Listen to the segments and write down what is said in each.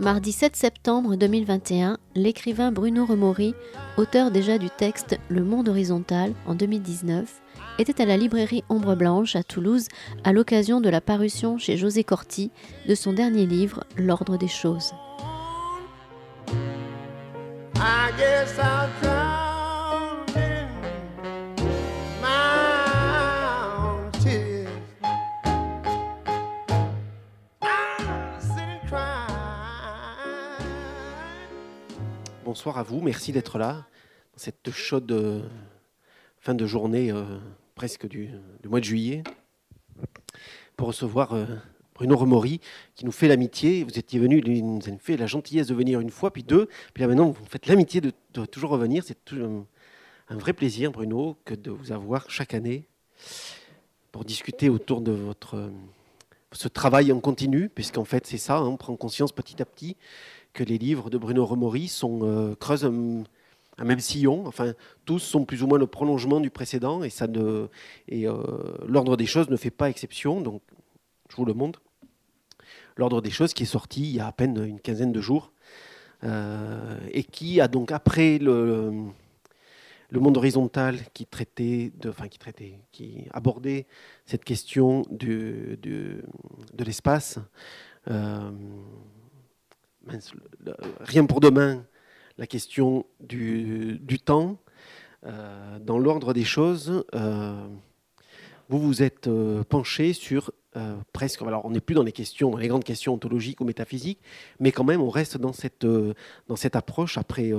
Mardi 7 septembre 2021, l'écrivain Bruno Remori, auteur déjà du texte Le Monde horizontal en 2019, était à la librairie Ombre Blanche à Toulouse à l'occasion de la parution chez José Corti de son dernier livre L'Ordre des choses. I guess I'll drown in my own tears. I'll sit and cry. Bonsoir à vous, merci d'être là, dans cette chaude fin de journée presque du mois de juillet, pour recevoir Bruno Remori, qui nous fait l'amitié. Vous étiez venu, il nous a fait la gentillesse de venir une fois, puis deux, puis là maintenant vous faites l'amitié de toujours revenir. C'est un vrai plaisir, Bruno, que de vous avoir chaque année pour discuter autour de ce travail en continu, puisqu'en fait c'est ça, on prend conscience petit à petit que les livres de Bruno Remori creusent un même sillon. Enfin, tous sont plus ou moins le prolongement du précédent, et l'ordre des choses ne fait pas exception. Donc, je vous le montre. L'ordre des choses qui est sorti il y a à peine une quinzaine de jours, et qui a donc, après le monde horizontal qui abordait cette question de l'espace, rien pour demain, la question du temps. Dans l'ordre des choses, vous vous êtes penché sur presque, alors on n'est plus dans les grandes questions ontologiques ou métaphysiques, mais quand même on reste dans cette approche après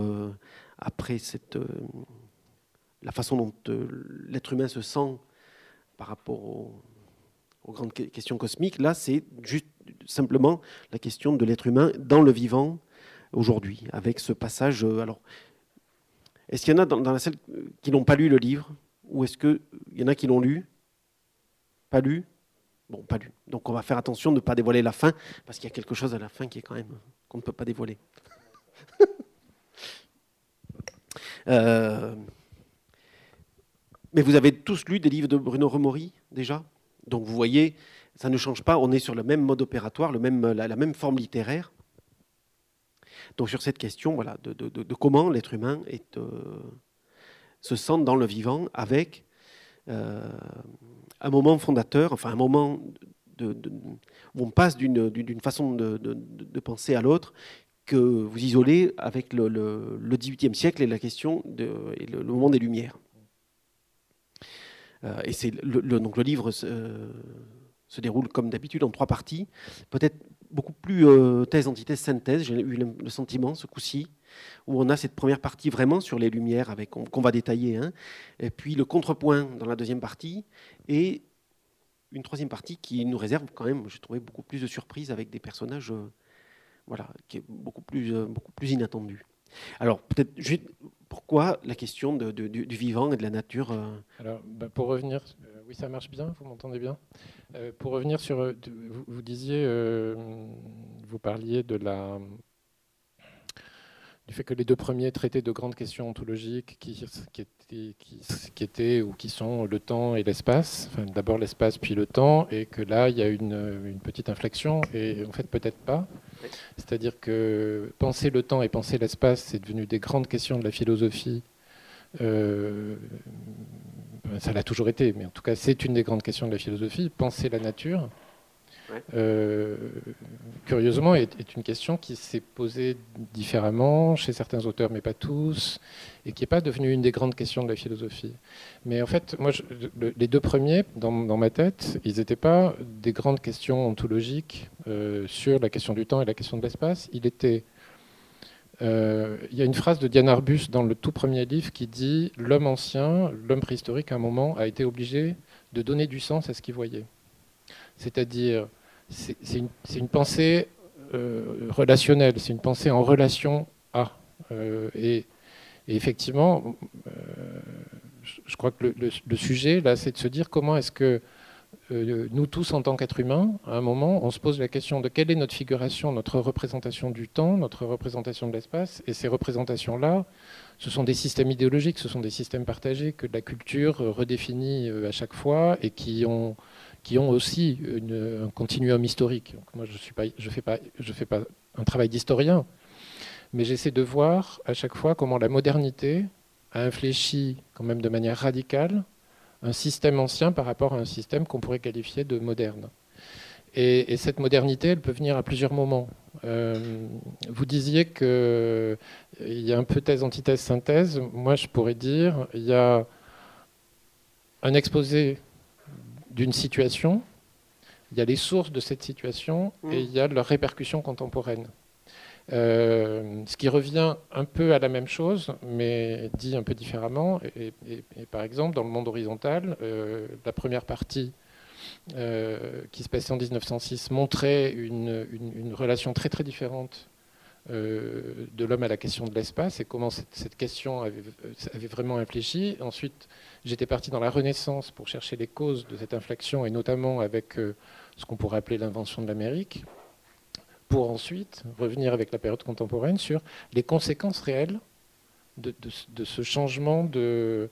la façon dont l'être humain se sent par rapport aux grandes questions cosmiques. Là, c'est juste simplement la question de l'être humain dans le vivant aujourd'hui, avec ce passage. Alors, est-ce qu'il y en a dans la salle qui n'ont pas lu le livre, ou est-ce qu'il y en a qui l'ont lu? Pas lu? Bon, pas lu. Donc on va faire attention de ne pas dévoiler la fin, parce qu'il y a quelque chose à la fin qui est quand même qu'on ne peut pas dévoiler. Mais vous avez tous lu des livres de Bruno Remori déjà, donc vous voyez, ça ne change pas. On est sur le même mode opératoire, la même forme littéraire. Donc sur cette question, voilà, de comment l'être humain se sent dans le vivant, avec un moment fondateur, enfin un moment où on passe d'une façon de penser à l'autre, que vous isolez avec le XVIIIe siècle et la question et le moment des Lumières. Et donc le livre se déroule comme d'habitude en 3 parties, peut-être beaucoup plus thèse, antithèse, synthèse. J'ai eu le sentiment ce coup-ci, où on a cette première partie vraiment sur les Lumières, qu'on va détailler, hein, et puis le contrepoint dans la deuxième partie, et une troisième partie qui nous réserve quand même, j'ai trouvé, beaucoup plus de surprises avec des personnages qui est beaucoup plus inattendu. Alors peut-être juste pourquoi la question du vivant et de la nature. Alors pour revenir, oui, ça marche bien, vous m'entendez bien. Pour revenir sur, vous disiez, vous parliez du fait que les 2 premiers traitaient de grandes questions ontologiques qui étaient ou qui sont le temps et l'espace, enfin, d'abord l'espace puis le temps, et que là il y a une petite inflexion, et en fait peut-être pas. C'est-à-dire que penser le temps et penser l'espace, c'est devenu des grandes questions de la philosophie. Ça l'a toujours été, mais en tout cas c'est une des grandes questions de la philosophie. Penser la nature, curieusement, est une question qui s'est posée différemment chez certains auteurs, mais pas tous, et qui n'est pas devenue une des grandes questions de la philosophie. Mais en fait, moi, les 2 premiers, dans ma tête, ils n'étaient pas des grandes questions ontologiques sur la question du temps et la question de l'espace. Il y a une phrase de Diane Arbus dans le tout premier livre qui dit « L'homme ancien, l'homme préhistorique, à un moment, a été obligé de donner du sens à ce qu'il voyait. » C'est-à-dire, c'est une pensée relationnelle, c'est une pensée en relation à. Et effectivement, je crois que le sujet, là, c'est de se dire comment est-ce que nous tous, en tant qu'êtres humains, à un moment, on se pose la question de quelle est notre figuration, notre représentation du temps, notre représentation de l'espace. Et ces représentations-là, ce sont des systèmes idéologiques, ce sont des systèmes partagés que la culture redéfinit à chaque fois, et qui qui ont aussi un continuum historique. Donc moi, je fais pas un travail d'historien, mais j'essaie de voir à chaque fois comment la modernité a infléchi quand même de manière radicale un système ancien par rapport à un système qu'on pourrait qualifier de moderne. Et cette modernité, elle peut venir à plusieurs moments. Vous disiez qu'il y a un peu thèse, antithèse, synthèse. Moi, je pourrais dire il y a un exposé d'une situation, il y a les sources de cette situation et il y a leurs répercussions contemporaines. Ce qui revient un peu à la même chose, mais dit un peu différemment. Et par exemple, dans le monde horizontal, la première partie qui se passait en 1906 montrait une relation très très différente de l'homme à la question de l'espace et comment cette question avait vraiment infléchi. Ensuite, j'étais parti dans la Renaissance pour chercher les causes de cette inflexion et notamment avec ce qu'on pourrait appeler l'invention de l'Amérique, pour ensuite revenir avec la période contemporaine sur les conséquences réelles de ce changement de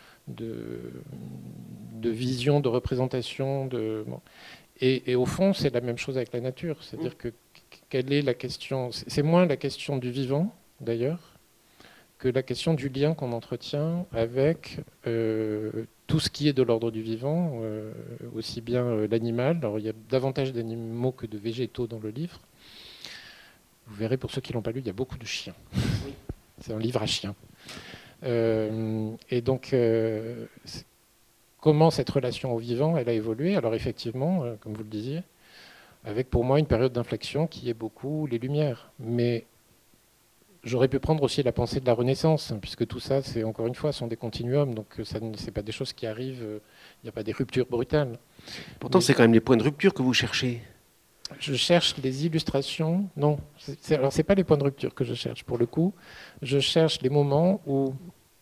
vision, de représentation. Et au fond, c'est la même chose avec la nature. C'est-à-dire que quelle est la question? C'est moins la question du vivant, d'ailleurs, que la question du lien qu'on entretient avec tout ce qui est de l'ordre du vivant, aussi bien l'animal. Alors, il y a davantage d'animaux que de végétaux dans le livre. Vous verrez, pour ceux qui ne l'ont pas lu, il y a beaucoup de chiens. Oui. C'est un livre à chiens. Et donc, comment cette relation au vivant, elle a évolué? Alors effectivement, comme vous le disiez, avec pour moi une période d'inflexion qui est beaucoup les Lumières. Mais j'aurais pu prendre aussi la pensée de la Renaissance, puisque tout ça, c'est encore une fois, sont des continuums, donc ce n'est pas des choses qui arrivent, il n'y a pas des ruptures brutales. Pourtant, c'est quand même les points de rupture que vous cherchez. Je cherche les illustrations. Non, alors c'est pas les points de rupture que je cherche. Pour le coup, je cherche les moments où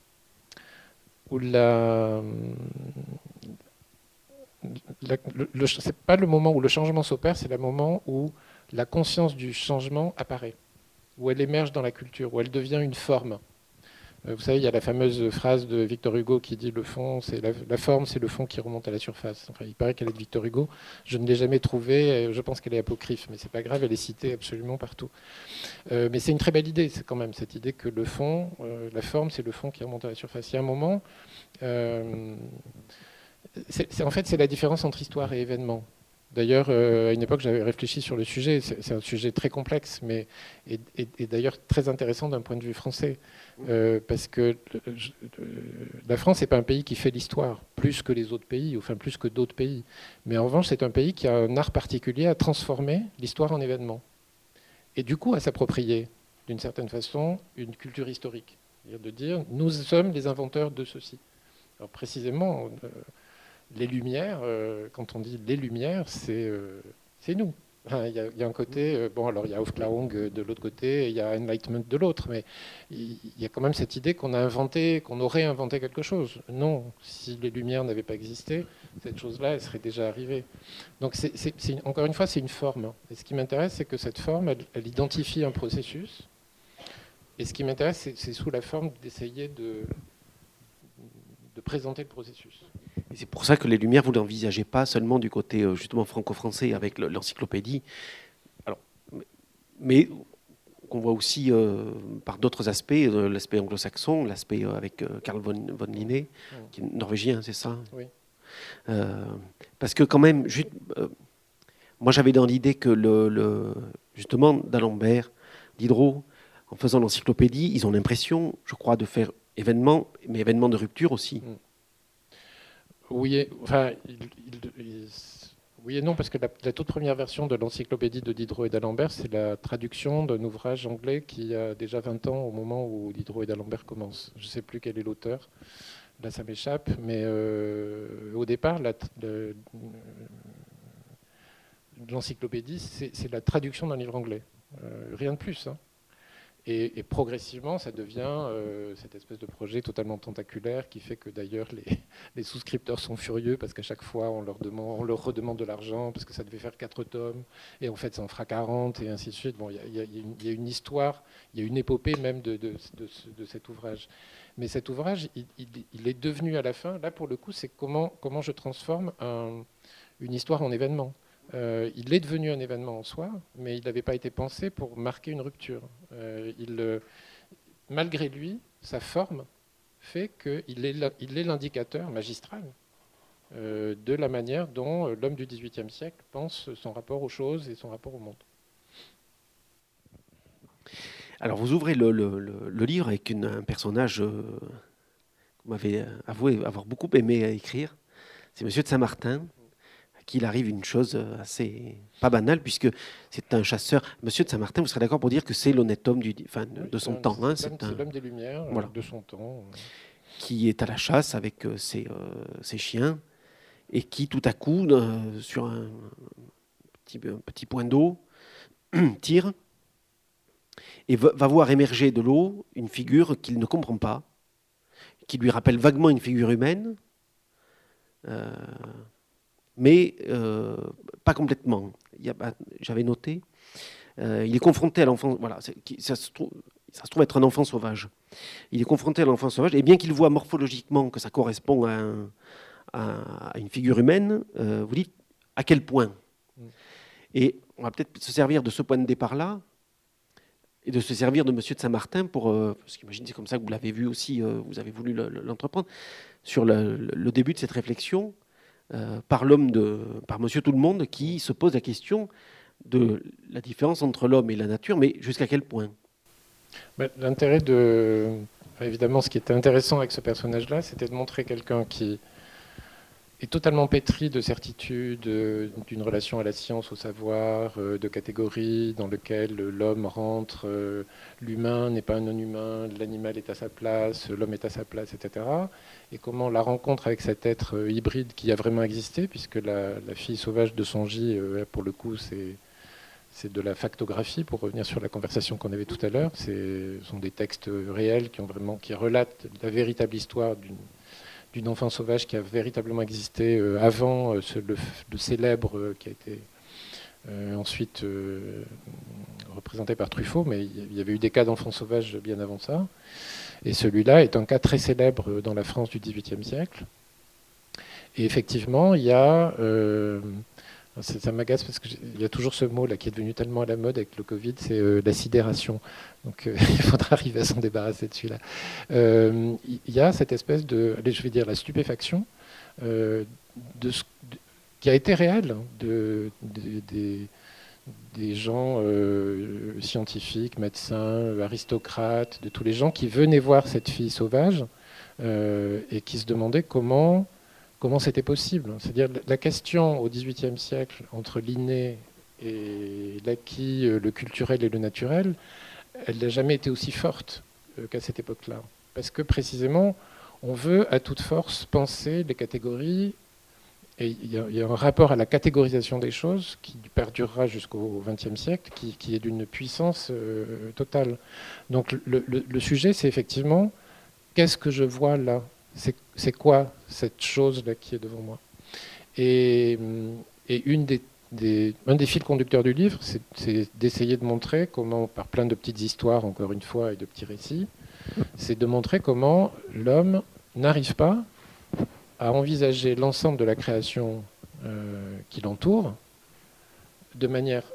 c'est pas le moment où le changement s'opère, c'est le moment où la conscience du changement apparaît, où elle émerge dans la culture, où elle devient une forme. Vous savez, il y a la fameuse phrase de Victor Hugo qui dit le fond, c'est la forme, c'est le fond qui remonte à la surface. Enfin, il paraît qu'elle est de Victor Hugo. Je ne l'ai jamais trouvée. Je pense qu'elle est apocryphe, mais c'est pas grave. Elle est citée absolument partout. Mais c'est une très belle idée, c'est quand même cette idée que le fond, la forme, c'est le fond qui remonte à la surface. Il y a un moment, en fait, c'est la différence entre histoire et événement. D'ailleurs, à une époque, j'avais réfléchi sur le sujet. C'est un sujet très complexe, mais et d'ailleurs très intéressant d'un point de vue français, parce que la France n'est pas un pays qui fait l'histoire plus que les autres pays, enfin plus que d'autres pays. Mais en revanche, c'est un pays qui a un art particulier à transformer l'histoire en événement, et du coup à s'approprier, d'une certaine façon, une culture historique, c'est-à-dire de dire nous sommes les inventeurs de ceci. Alors précisément. Les Lumières, quand on dit les Lumières, c'est nous. Il y a un côté, bon alors il y a Aufklärung de l'autre côté, et il y a Enlightenment de l'autre, mais il y a quand même cette idée qu'on a inventé, qu'on aurait inventé quelque chose. Non, si les Lumières n'avaient pas existé, cette chose-là, elle serait déjà arrivée. Donc encore une fois, c'est une forme. Et ce qui m'intéresse, c'est que cette forme, elle identifie un processus. Et ce qui m'intéresse, c'est sous la forme d'essayer de présenter le processus. Et c'est pour ça que les Lumières, vous ne l'envisagez pas seulement du côté justement franco-français avec l'encyclopédie, alors, mais qu'on voit aussi par d'autres aspects, l'aspect anglo-saxon, l'aspect avec Carl von Linné, qui est norvégien, c'est ça? Oui. Parce que quand même, moi j'avais dans l'idée que justement d'Alembert, Diderot, en faisant l'encyclopédie, ils ont l'impression, je crois, de faire événement, mais événement de rupture aussi. Oui, enfin, oui et non, parce que la toute première version de l'encyclopédie de Diderot et d'Alembert, c'est la traduction d'un ouvrage anglais qui a déjà 20 ans au moment où Diderot et d'Alembert commencent. Je ne sais plus quel est l'auteur, là ça m'échappe, mais au départ, l'encyclopédie, c'est la traduction d'un livre anglais, rien de plus, hein. Et progressivement, ça devient cette espèce de projet totalement tentaculaire qui fait que d'ailleurs les souscripteurs sont furieux parce qu'à chaque fois on leur redemande de l'argent parce que ça devait faire 4 tomes et en fait ça en fera 40 et ainsi de suite. Bon, il y a une histoire, il y a une épopée même de cet ouvrage. Mais cet ouvrage, il est devenu à la fin, là pour le coup, c'est comment je transforme une histoire en événement. Il est devenu un événement en soi, mais il n'avait pas été pensé pour marquer une rupture. Malgré lui, sa forme fait qu'il est l'indicateur magistral de la manière dont l'homme du XVIIIe siècle pense son rapport aux choses et son rapport au monde. Alors vous ouvrez le livre avec un personnage que vous m'avez avoué avoir beaucoup aimé à écrire. C'est Monsieur de Saint-Martin, à qui il arrive une chose assez pas banale, puisque c'est un chasseur. Monsieur de Saint-Martin, vous serez d'accord pour dire que c'est l'honnête homme de son temps. Hein, c'est l'homme des Lumières, voilà, de son temps. Qui est à la chasse avec ses chiens, et qui tout à coup, sur un petit point d'eau, tire, et va voir émerger de l'eau une figure qu'il ne comprend pas, qui lui rappelle vaguement une figure humaine, mais pas complètement. J'avais noté, il est confronté à l'enfant, voilà, ça se trouve être un enfant sauvage. Il est confronté à l'enfant sauvage, et bien qu'il voit morphologiquement que ça correspond à une figure humaine, vous dites à quel point. Et on va peut-être se servir de ce point de départ-là, et de se servir de Monsieur de Saint-Martin pour, parce qu'imagine c'est comme ça que vous l'avez vu aussi, vous avez voulu l'entreprendre, sur le début de cette réflexion, par Monsieur Tout-le-Monde, qui se pose la question de la différence entre l'homme et la nature, mais jusqu'à quel point? L'intérêt évidemment, ce qui était intéressant avec ce personnage-là, c'était de montrer quelqu'un qui est totalement pétri de certitude, d'une relation à la science, au savoir, de catégories dans lesquelles l'homme rentre, l'humain n'est pas un non-humain, l'animal est à sa place, l'homme est à sa place, etc. Et comment la rencontre avec cet être hybride qui a vraiment existé, puisque la fille sauvage de Songy, pour le coup, c'est de la factographie, pour revenir sur la conversation qu'on avait tout à l'heure. Ce sont des textes réels qui relatent la véritable histoire d'une enfant sauvage qui a véritablement existé avant le célèbre qui a été ensuite représenté par Truffaut, mais il y avait eu des cas d'enfants sauvages bien avant ça. Et celui-là est un cas très célèbre dans la France du XVIIIe siècle. Et effectivement, il y a... ça m'agace parce qu'il y a toujours ce mot là qui est devenu tellement à la mode avec le Covid, c'est la sidération. Donc il faudra arriver à s'en débarrasser de celui-là. Il y a cette espèce de, allez, je vais dire la stupéfaction qui a été réelle des gens scientifiques, médecins, aristocrates, de tous les gens qui venaient voir cette fille sauvage et qui se demandaient comment c'était possible. C'est-à-dire la question au XVIIIe siècle entre l'inné et l'acquis, le culturel et le naturel, elle n'a jamais été aussi forte qu'à cette époque-là. Parce que précisément, on veut à toute force penser les catégories, et il y a un rapport à la catégorisation des choses qui perdurera jusqu'au XXe siècle, qui est d'une puissance totale. Donc le sujet, c'est effectivement, qu'est-ce que je vois là ? C'est quoi cette chose-là qui est devant moi? Et un des fils conducteurs du livre, c'est d'essayer de montrer comment, par plein de petites histoires, encore une fois, et de petits récits, c'est de montrer comment l'homme n'arrive pas à envisager l'ensemble de la création qui l'entoure de manière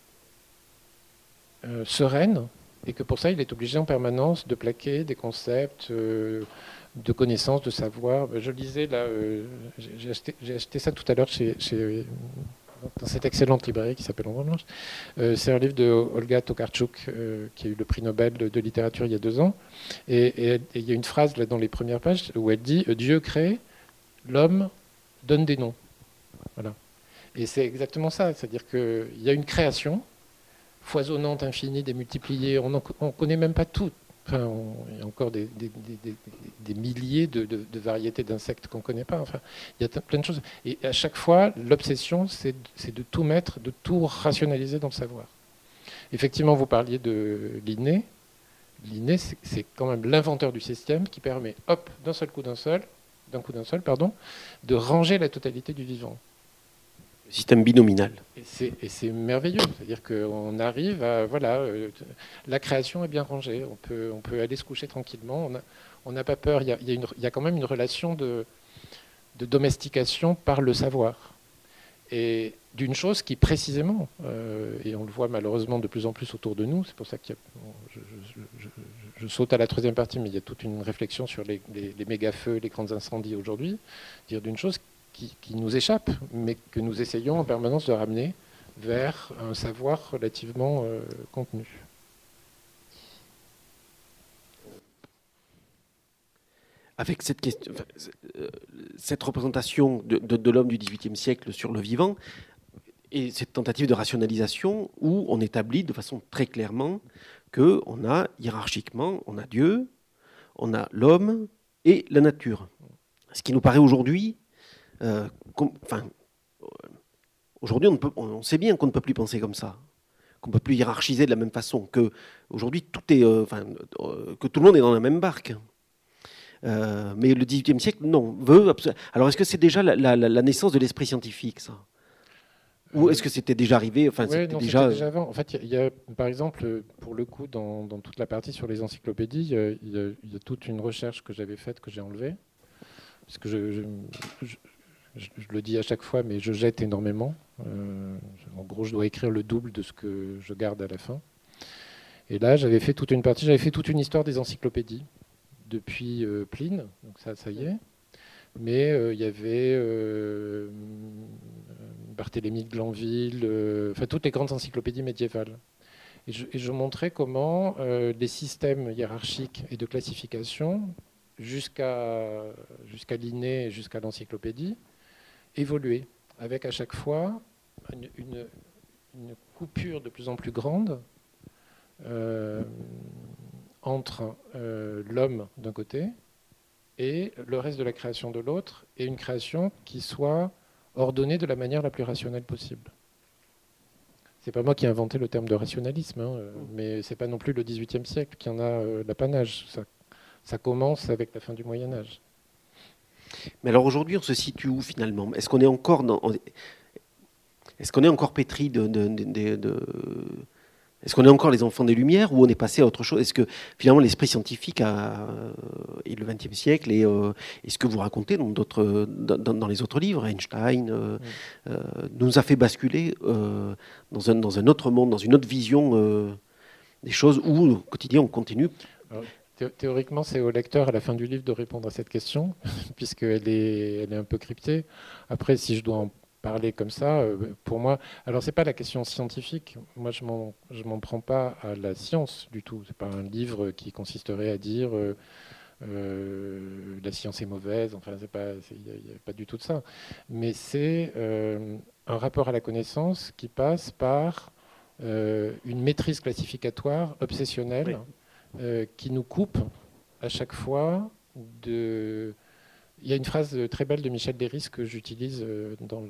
sereine, et que pour ça, il est obligé en permanence de plaquer des concepts de connaissances, de savoir. Je lisais là, j'ai acheté ça tout à l'heure dans cette excellente librairie qui s'appelle Ombre Blanche. C'est un livre de Olga Tokarczuk qui a eu le prix Nobel de littérature il y a 2 ans. Et il y a une phrase là dans les premières pages où elle dit « Dieu crée, l'homme donne des noms ». Voilà. Et c'est exactement ça, c'est-à-dire qu'il y a une création foisonnante, infinie, démultipliée, on ne connaît même pas tout. Enfin, il y a encore des milliers de variétés d'insectes qu'on ne connaît pas. Enfin, il y a plein de choses. Et à chaque fois, l'obsession, c'est de tout mettre, de tout rationaliser dans le savoir. Effectivement, vous parliez de l'inné. L'inné, c'est quand même l'inventeur du système qui permet, hop, d'un coup d'un seul, de ranger la totalité du vivant. Système binominal. Et c'est merveilleux, c'est-à-dire qu'on arrive à, voilà, la création est bien rangée, on peut aller se coucher tranquillement, on n'a pas peur, il y a quand même une relation de domestication par le savoir. Et d'une chose qui précisément, et on le voit malheureusement de plus en plus autour de nous, c'est pour ça que je saute à la troisième partie, mais il y a toute une réflexion sur les méga-feux, les grands incendies aujourd'hui, dire d'une chose qui nous échappe, mais que nous essayons en permanence de ramener vers un savoir relativement contenu. Avec cette question, cette représentation de l'homme du XVIIIe siècle sur le vivant, et cette tentative de rationalisation où on établit de façon très clairement qu'on a hiérarchiquement, on a Dieu, on a l'homme et la nature. Ce qui nous paraît aujourd'hui, aujourd'hui on sait bien qu'on ne peut plus penser comme ça, qu'on ne peut plus hiérarchiser de la même façon, que aujourd'hui tout est, que tout le monde est dans la même barque. Mais le XVIIIe siècle, non, veut. Alors, est-ce que c'est déjà la naissance de l'esprit scientifique, ça? Ou est-ce que c'était déjà arrivé? Oui, c'était déjà avant. En fait, il y a, par exemple, pour le coup, dans toute la partie sur les encyclopédies, il y a toute une recherche que j'avais faite, que j'ai enlevée. Parce que je le dis à chaque fois, mais je jette énormément. En gros, je dois écrire le double de ce que je garde à la fin. Et là, j'avais fait toute une partie, j'avais fait toute une histoire des encyclopédies. Depuis Pline, donc ça y est. Mais il y avait Barthélemy de Glanville, enfin toutes les grandes encyclopédies médiévales. Et je montrais comment les systèmes hiérarchiques et de classification, jusqu'à Linné et jusqu'à l'encyclopédie, évoluaient, avec à chaque fois une coupure de plus en plus grande entre l'homme d'un côté et le reste de la création de l'autre, et une création qui soit ordonnée de la manière la plus rationnelle possible. C'est pas moi qui ai inventé le terme de rationalisme, hein, mais c'est pas non plus le XVIIIe siècle qui en a l'apanage. Ça commence avec la fin du Moyen Âge. Mais alors aujourd'hui, on se situe où finalement? Est-ce qu'on est encore pétri Est-ce qu'on est encore les enfants des Lumières, ou on est passé à autre chose? Est-ce que finalement l'esprit scientifique et le XXe siècle et ce que vous racontez dans les autres livres, Einstein, nous a fait basculer dans un autre monde, dans une autre vision des choses, où au quotidien on continue? Alors, théoriquement, c'est au lecteur à la fin du livre de répondre à cette question, puisqu'elle est un peu cryptée. Après, si je dois en parler comme ça, pour moi, alors c'est pas la question scientifique. Moi, je m'en prends pas à la science du tout. C'est pas un livre qui consisterait à dire la science est mauvaise. Enfin, il n'y a pas du tout de ça. Mais c'est un rapport à la connaissance qui passe par une maîtrise classificatoire obsessionnelle, qui nous coupe à chaque fois de. Il y a une phrase très belle de Michel Derys que j'utilise dans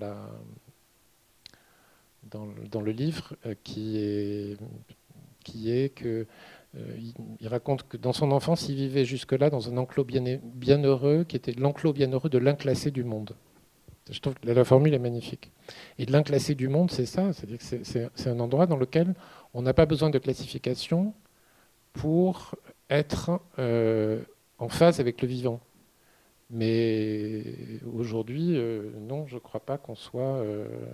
le livre, qui est que il raconte que dans son enfance, il vivait jusque-là dans un enclos bien heureux, qui était l'enclos bien heureux de l'inclassé du monde. Je trouve que la formule est magnifique. Et l'inclassé du monde, c'est ça, c'est-à-dire que c'est un endroit dans lequel on n'a pas besoin de classification pour être en phase avec le vivant. Mais aujourd'hui, non, je ne crois pas qu'on soit...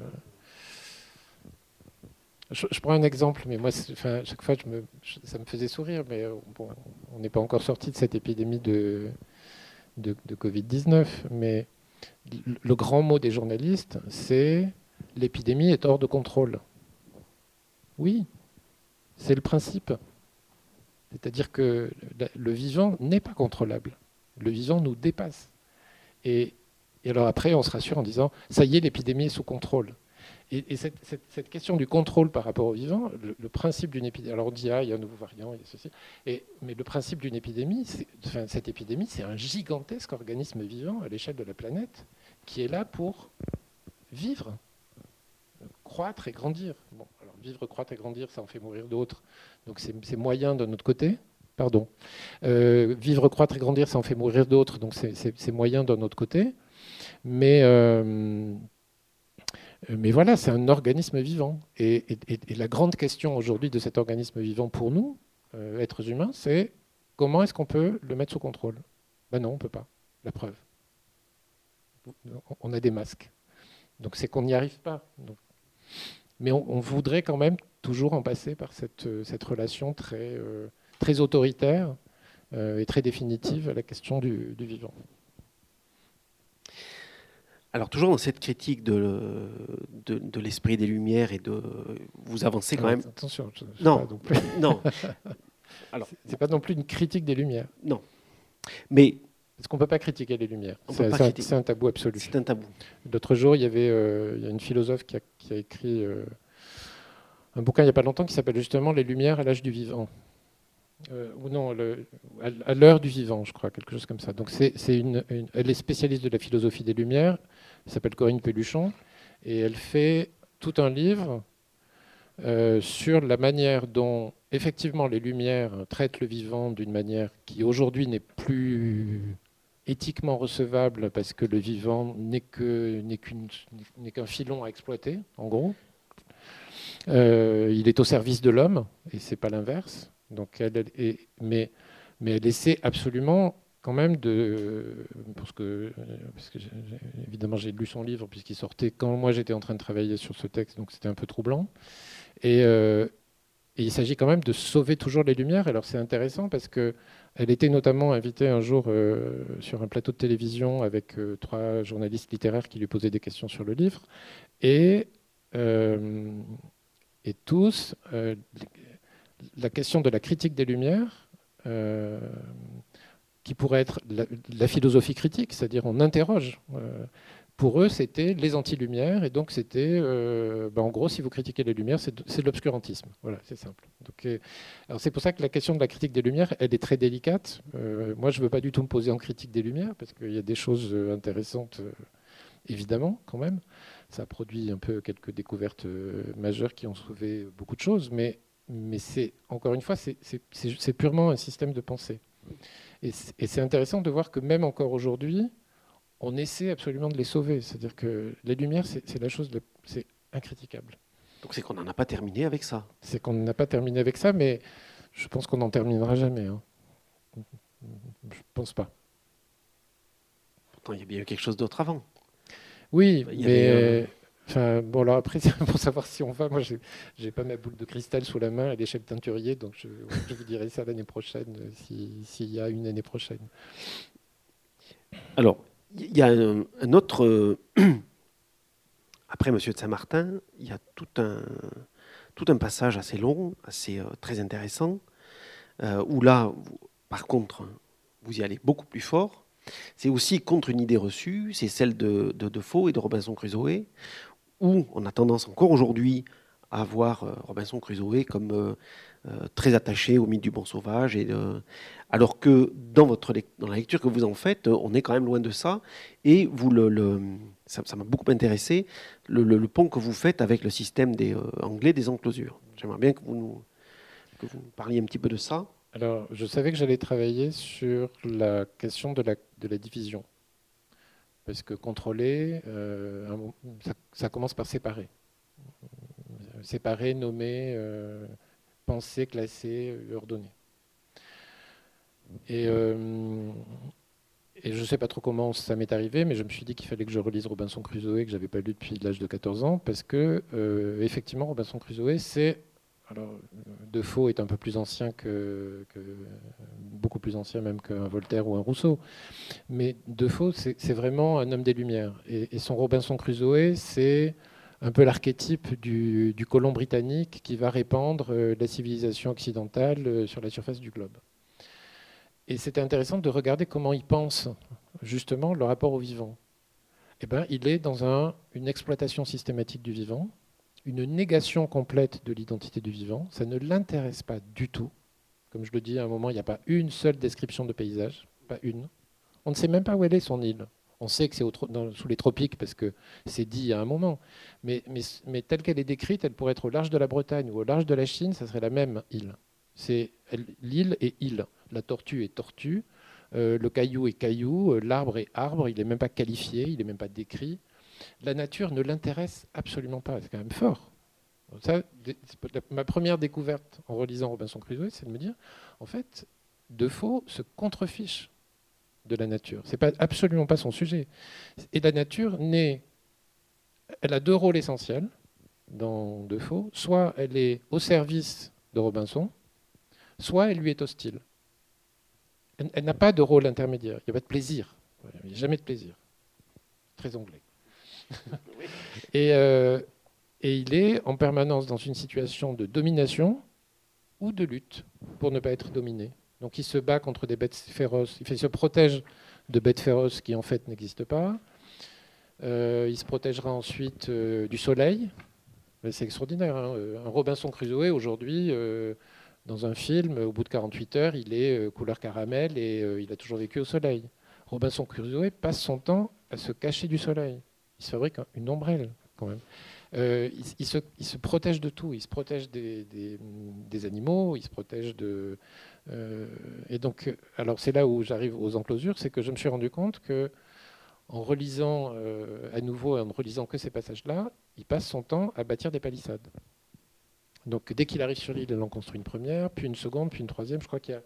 Je prends un exemple, mais moi, chaque fois, ça me faisait sourire, mais bon, on n'est pas encore sorti de cette épidémie de Covid-19. Mais le grand mot des journalistes, c'est « l'épidémie est hors de contrôle ». Oui, c'est le principe. C'est-à-dire que le vivant n'est pas contrôlable. Le vivant nous dépasse. Et alors après, on se rassure en disant « ça y est, l'épidémie est sous contrôle ». Et cette question du contrôle par rapport au vivant, le principe d'une épidémie, alors on dit il y a un nouveau variant, il y a ceci, mais le principe d'une épidémie, cette épidémie, c'est un gigantesque organisme vivant à l'échelle de la planète qui est là pour vivre, croître et grandir. Bon, alors vivre, croître et grandir, ça en fait mourir d'autres, donc c'est moyen d'un autre côté. Pardon. Vivre, croître et grandir, ça en fait mourir d'autres, donc c'est moyen d'un autre côté. Mais voilà, c'est un organisme vivant. Et la grande question aujourd'hui de cet organisme vivant pour nous, êtres humains, c'est comment est-ce qu'on peut le mettre sous contrôle? Ben non, on ne peut pas. La preuve. On a des masques. Donc c'est qu'on n'y arrive pas. Mais on voudrait quand même toujours en passer par cette relation très autoritaire et très définitive à la question du vivant. Alors toujours dans cette critique de l'esprit des Lumières et vous avancez quand même. Attention, Non, non. Alors, c'est pas non plus une critique des Lumières. Non, mais parce qu'on peut pas critiquer les Lumières. C'est un tabou absolu. C'est un tabou. L'autre jour, il y a une philosophe qui a écrit un bouquin il n'y a pas longtemps qui s'appelle justement Les Lumières à l'âge du vivant. Ou non, à l'heure du vivant, je crois, quelque chose comme ça. Donc elle est spécialiste de la philosophie des Lumières. Elle s'appelle Corinne Pelluchon et elle fait tout un livre sur la manière dont effectivement les Lumières traitent le vivant d'une manière qui aujourd'hui n'est plus éthiquement recevable parce que le vivant n'est qu'un filon à exploiter, en gros. Il est au service de l'homme et c'est pas l'inverse. Donc mais elle essaie absolument quand même parce que évidemment j'ai lu son livre puisqu'il sortait quand moi j'étais en train de travailler sur ce texte, donc c'était un peu troublant. Et il s'agit quand même de sauver toujours les Lumières. Alors c'est intéressant parce qu'elle était notamment invitée un jour sur un plateau de télévision avec 3 journalistes littéraires qui lui posaient des questions sur le livre. Et tous, la question de la critique des Lumières, qui pourrait être la philosophie critique, c'est-à-dire on interroge. Pour eux, c'était les anti-lumières, et donc c'était, en gros, si vous critiquez les Lumières, c'est de l'obscurantisme. Voilà, c'est simple. Donc, alors c'est pour ça que la question de la critique des Lumières, elle est très délicate. Moi, je ne veux pas du tout me poser en critique des Lumières, parce qu'il y a des choses intéressantes, évidemment, quand même. Ça a produit un peu quelques découvertes majeures qui ont sauvé beaucoup de choses, mais c'est, encore une fois, c'est purement un système de pensée. Et c'est intéressant de voir que même encore aujourd'hui, on essaie absolument de les sauver. C'est-à-dire que les Lumières, c'est la chose, c'est incritiquable. Donc c'est qu'on n'en a pas terminé avec ça. C'est qu'on n'a pas terminé avec ça, mais je pense qu'on n'en terminera jamais. Hein. Je pense pas. Pourtant, il y a bien eu quelque chose d'autre avant. Oui, mais... Enfin, bon, alors après, pour savoir si on va, moi, j'ai pas ma boule de cristal sous la main à l'échelle teinturier, donc je vous dirai ça l'année prochaine, s'il y a une année prochaine. Alors, il y a un autre... Après Monsieur de Saint-Martin, il y a tout un passage assez long, très intéressant, où là, par contre, vous y allez beaucoup plus fort. C'est aussi contre une idée reçue, c'est celle de Defoe et de Robinson Crusoe, où on a tendance encore aujourd'hui à voir Robinson Crusoe comme très attaché au mythe du bon sauvage, alors que dans la lecture que vous en faites, on est quand même loin de ça, et ça m'a beaucoup intéressé, le pont que vous faites avec le système anglais des enclosures. J'aimerais bien que vous nous parliez un petit peu de ça. Alors, je savais que j'allais travailler sur la question de la division. Parce que contrôler, ça commence par séparer. Séparer, nommer, penser, classer, ordonner. Et je ne sais pas trop comment ça m'est arrivé, mais je me suis dit qu'il fallait que je relise Robinson Crusoe, que je n'avais pas lu depuis l'âge de 14 ans, parce que, effectivement, Robinson Crusoe, c'est... Alors, Defoe est un peu plus ancien beaucoup plus ancien même qu'un Voltaire ou un Rousseau. Mais Defoe, c'est vraiment un homme des Lumières. Et son Robinson Crusoe, c'est un peu l'archétype du colon britannique qui va répandre la civilisation occidentale sur la surface du globe. Et c'était intéressant de regarder comment il pense justement le rapport au vivant. Eh ben, il est dans une exploitation systématique du vivant, une négation complète de l'identité du vivant. Ça ne l'intéresse pas du tout. Comme je le dis, à un moment, il n'y a pas une seule description de paysage, pas une. On ne sait même pas où elle est, son île. On sait que c'est sous les tropiques, parce que c'est dit à un moment. Mais telle qu'elle est décrite, elle pourrait être au large de la Bretagne ou au large de la Chine, ça serait la même île. L'île est île. La tortue est tortue, le caillou est caillou, l'arbre est arbre, il n'est même pas qualifié, il n'est même pas décrit. La nature ne l'intéresse absolument pas. C'est quand même fort. Ça, ma première découverte en relisant Robinson Crusoe, c'est de me dire, en fait, Defoe se contrefiche de la nature. C'est absolument pas son sujet. Et la nature n'est elle a deux rôles essentiels dans Defoe. Soit elle est au service de Robinson, soit elle lui est hostile. Elle n'a pas de rôle intermédiaire. Il n'y a pas de plaisir. Il n'y a jamais de plaisir. Très anglais. Et il est en permanence dans une situation de domination ou de lutte pour ne pas être dominé. Donc il se bat contre des bêtes féroces. Il se protège de bêtes féroces qui en fait n'existent pas. Il se protégera ensuite du soleil. C'est extraordinaire. Hein. Un Robinson Crusoe aujourd'hui, dans un film, au bout de 48 heures, il est couleur caramel et il a toujours vécu au soleil. Robinson Crusoe passe son temps à se cacher du soleil. Il se fabrique une ombrelle quand même. Il se protège de tout. Il se protège des animaux, il se protège de... et donc, alors c'est là où j'arrive aux enclosures, c'est que je me suis rendu compte que en relisant à nouveau, en ne relisant que ces passages-là, il passe son temps à bâtir des palissades. Donc dès qu'il arrive sur l'île, il en construit une première, puis une seconde, puis une troisième. Je crois qu'il y a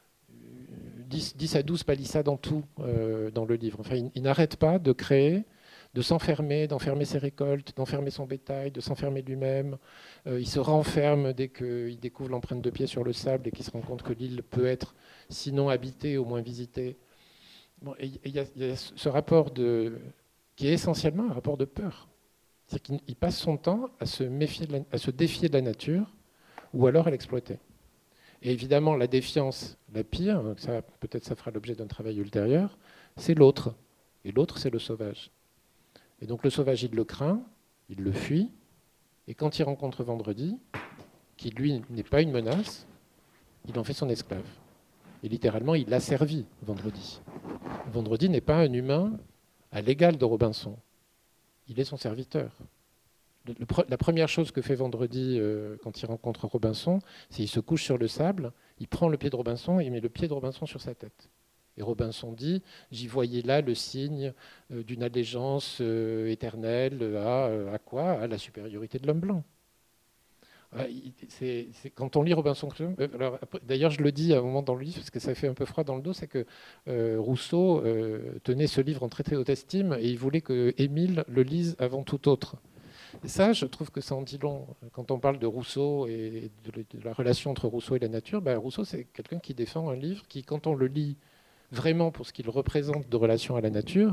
10 à 12 palissades en tout dans le livre. Enfin, il n'arrête pas de créer, de s'enfermer, d'enfermer ses récoltes, d'enfermer son bétail, de s'enfermer lui-même. Il se renferme dès qu'il découvre l'empreinte de pied sur le sable et qu'il se rend compte que l'île peut être, sinon habitée, au moins visitée. Bon, et il y a ce rapport qui est essentiellement un rapport de peur. C'est-à-dire qu'il passe son temps à se défier de la nature ou alors à l'exploiter. Et évidemment, la défiance, la pire, peut-être ça fera l'objet d'un travail ultérieur, c'est l'autre. Et l'autre, c'est le sauvage. Et donc le sauvage, il le craint, il le fuit, et quand il rencontre Vendredi, qui lui n'est pas une menace, il en fait son esclave. Et littéralement, il l'a servi, Vendredi. Vendredi n'est pas un humain à l'égal de Robinson. Il est son serviteur. La première chose que fait Vendredi quand il rencontre Robinson, c'est qu'il se couche sur le sable, il prend le pied de Robinson et il met le pied de Robinson sur sa tête. Et Robinson dit, j'y voyais là le signe d'une allégeance éternelle à quoi? À la supériorité de l'homme blanc. Quand on lit Robinson Crusoe, d'ailleurs je le dis à un moment dans le livre parce que ça fait un peu froid dans le dos, c'est que Rousseau tenait ce livre en très très haute estime et il voulait que Émile le lise avant tout autre. Et ça, je trouve que ça en dit long. Quand on parle de Rousseau et de la relation entre Rousseau et la nature, Rousseau c'est quelqu'un qui défend un livre qui, quand on le lit vraiment pour ce qu'il représente de relation à la nature,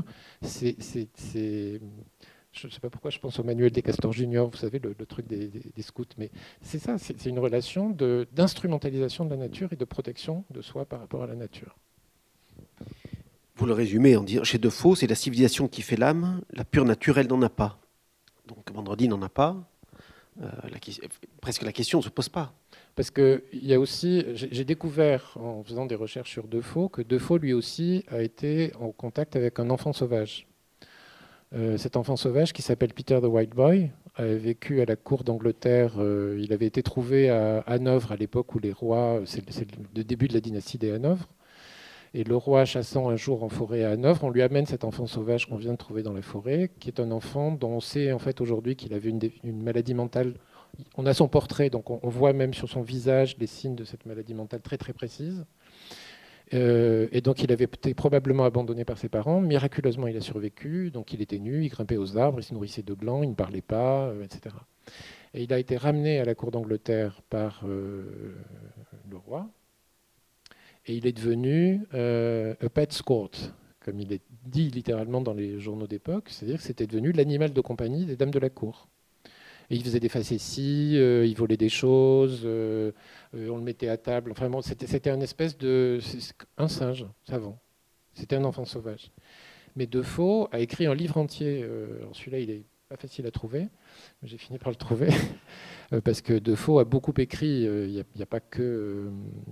je ne sais pas pourquoi je pense au manuel des Castors Junior, vous savez, le truc des scouts, mais c'est ça, c'est une relation d'instrumentalisation de la nature et de protection de soi par rapport à la nature. Vous le résumez en disant, chez Defoe, c'est la civilisation qui fait l'âme, la pure nature, elle n'en a pas. Donc Vendredi n'en a pas. Presque la question ne se pose pas. Parce qu'il y a aussi, j'ai découvert en faisant des recherches sur Defoe, que Defoe lui aussi a été en contact avec un enfant sauvage. Cet enfant sauvage qui s'appelle Peter the White Boy avait vécu à la cour d'Angleterre. Il avait été trouvé à Hanovre à l'époque où les rois, c'est le début de la dynastie des Hanovre. Et le roi chassant un jour en forêt à Hanovre, on lui amène cet enfant sauvage qu'on vient de trouver dans la forêt, qui est un enfant dont on sait en fait aujourd'hui qu'il avait une maladie mentale. On a son portrait, donc on voit même sur son visage les signes de cette maladie mentale très très précise. Et donc il avait été probablement abandonné par ses parents. Miraculeusement, il a survécu. Donc il était nu, il grimpait aux arbres, il se nourrissait de glands, il ne parlait pas, etc. Et il a été ramené à la cour d'Angleterre par le roi. Et il est devenu a pet scout, comme il est dit littéralement dans les journaux d'époque. C'est-à-dire que c'était devenu l'animal de compagnie des dames de la cour. Et il faisait des facéties, il volait des choses, on le mettait à table. Enfin bon, c'était une espèce un singe savant. C'était un enfant sauvage. Mais Defoe a écrit un livre entier. Celui-là, il est pas facile à trouver. J'ai fini par le trouver parce que Defoe a beaucoup écrit. Il n'y a pas que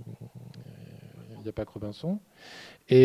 Robinson. Et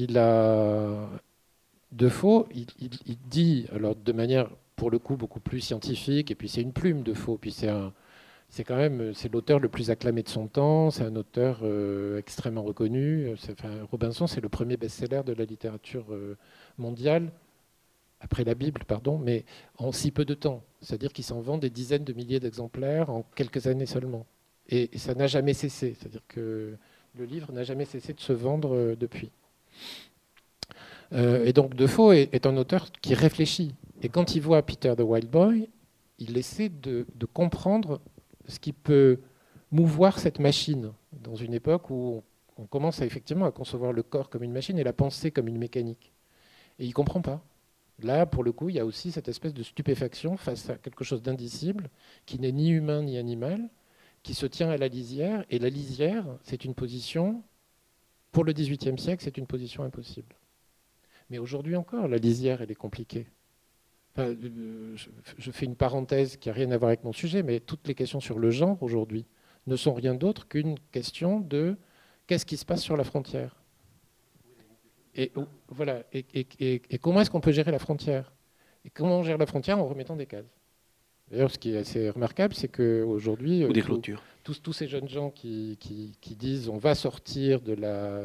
Defoe, il dit alors de manière pour le coup beaucoup plus scientifique, et puis c'est une plume Defoe, puis c'est l'auteur le plus acclamé de son temps, c'est un auteur extrêmement reconnu. Robinson, c'est le premier best-seller de la littérature mondiale, après la Bible, pardon, mais en si peu de temps. C'est-à-dire qu'il s'en vend des dizaines de milliers d'exemplaires en quelques années seulement. Et ça n'a jamais cessé, c'est-à-dire que le livre n'a jamais cessé de se vendre depuis. Et donc Defoe est un auteur qui réfléchit. Et quand il voit Peter the Wild Boy, il essaie de comprendre ce qui peut mouvoir cette machine dans une époque où on commence effectivement à concevoir le corps comme une machine et la pensée comme une mécanique. Et il ne comprend pas. Là, pour le coup, il y a aussi cette espèce de stupéfaction face à quelque chose d'indicible, qui n'est ni humain ni animal, qui se tient à la lisière. Et la lisière, c'est une position, pour le XVIIIe siècle, c'est une position impossible. Mais aujourd'hui encore, la lisière, elle est compliquée. Enfin, je fais une parenthèse qui n'a rien à voir avec mon sujet, mais toutes les questions sur le genre aujourd'hui ne sont rien d'autre qu'une question de qu'est-ce qui se passe sur la frontière. Et voilà. Et comment est-ce qu'on peut gérer la frontière? Et comment on gère la frontière en remettant des cases? D'ailleurs, ce qui est assez remarquable, c'est qu'aujourd'hui, Ou des clôtures. tous ces jeunes gens qui disent on va sortir de la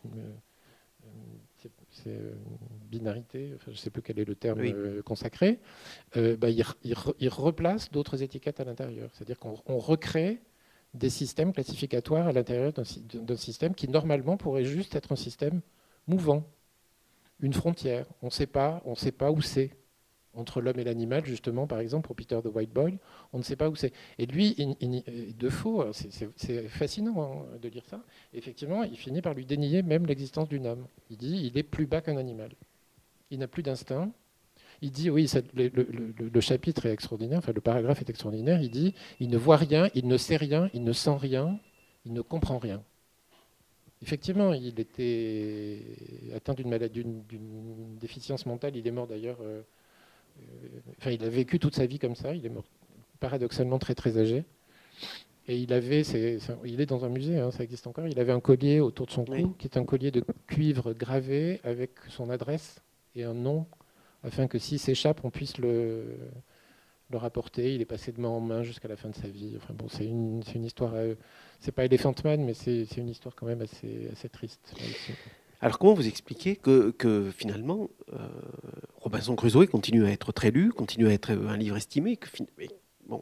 binarité, enfin, je ne sais plus quel est le terme consacré, ils replacent d'autres étiquettes à l'intérieur. C'est-à-dire qu'on recrée des systèmes classificatoires à l'intérieur d'un système qui, normalement, pourrait juste être un système mouvant, une frontière. On ne sait pas où c'est. Entre l'homme et l'animal, justement, par exemple, pour Peter the White Boy, on ne sait pas où c'est. Et lui, Defoe, c'est fascinant hein, de lire ça. Effectivement, il finit par lui dénier même l'existence d'une âme. Il dit, il est plus bas qu'un animal. Il n'a plus d'instinct. Il dit, oui, le chapitre est extraordinaire, enfin le paragraphe est extraordinaire. Il dit, il ne voit rien, il ne sait rien, il ne sent rien, il ne comprend rien. Effectivement, il était atteint d'une maladie, d'une déficience mentale. Il est mort d'ailleurs. Enfin, il a vécu toute sa vie comme ça. Il est mort paradoxalement très très âgé. Et il est dans un musée, hein, ça existe encore. Il avait un collier autour de son cou, qui est un collier de cuivre gravé avec son adresse et un nom, afin que s'il s'échappe, on puisse le rapporter. Il est passé de main en main jusqu'à la fin de sa vie. Enfin bon, c'est une histoire. C'est pas Elephant Man, mais c'est une histoire quand même assez triste. Alors comment vous expliquez que finalement Robinson Crusoe continue à être très lu, continue à être un livre estimé bon.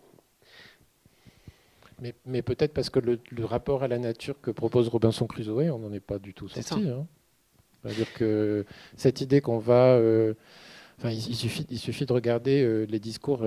Mais peut-être parce que le rapport à la nature que propose Robinson Crusoe, on n'en est pas du tout sorti. Hein. C'est-à-dire que cette idée qu'on va... il suffit de regarder les discours...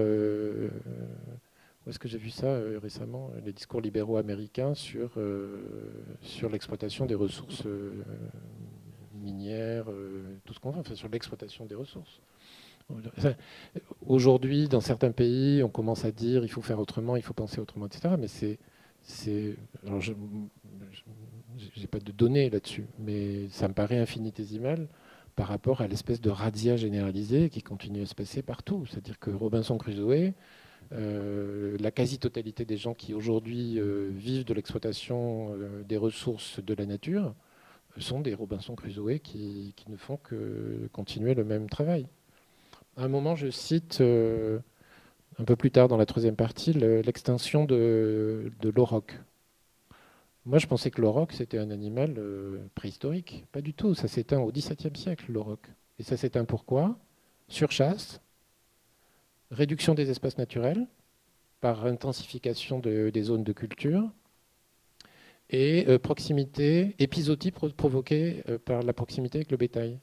où est-ce que j'ai vu ça récemment? Les discours libéraux américains sur l'exploitation des ressources minières, tout ce qu'on veut, enfin, sur l'exploitation des ressources. Aujourd'hui, dans certains pays, on commence à dire il faut faire autrement, il faut penser autrement, etc. Mais alors je n'ai pas de données là-dessus, mais ça me paraît infinitésimal par rapport à l'espèce de razzia généralisée qui continue à se passer partout. C'est-à-dire que Robinson Crusoe, la quasi-totalité des gens qui aujourd'hui vivent de l'exploitation des ressources de la nature sont des Robinson Crusoe qui ne font que continuer le même travail. À un moment, je cite, un peu plus tard dans la troisième partie, l'extinction de l'auroch. Moi, je pensais que l'auroch, c'était un animal préhistorique. Pas du tout. Ça s'éteint au XVIIe siècle, l'auroch. Et ça s'éteint pourquoi? Surchasse, réduction des espaces naturels par intensification des zones de culture et proximité, épisodie provoquée par la proximité avec le bétail.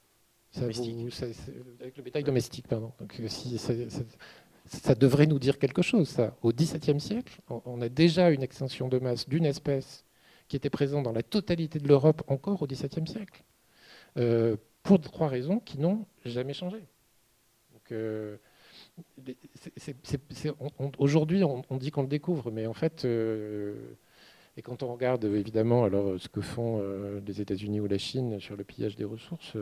Avec le bétail domestique, pardon. Donc, ça devrait nous dire quelque chose, ça. Au XVIIe siècle, on a déjà une extinction de masse d'une espèce qui était présente dans la totalité de l'Europe encore au XVIIe siècle, pour 3 raisons qui n'ont jamais changé. Donc, aujourd'hui, on dit qu'on le découvre, mais en fait, et quand on regarde évidemment alors ce que font les États-Unis ou la Chine sur le pillage des ressources,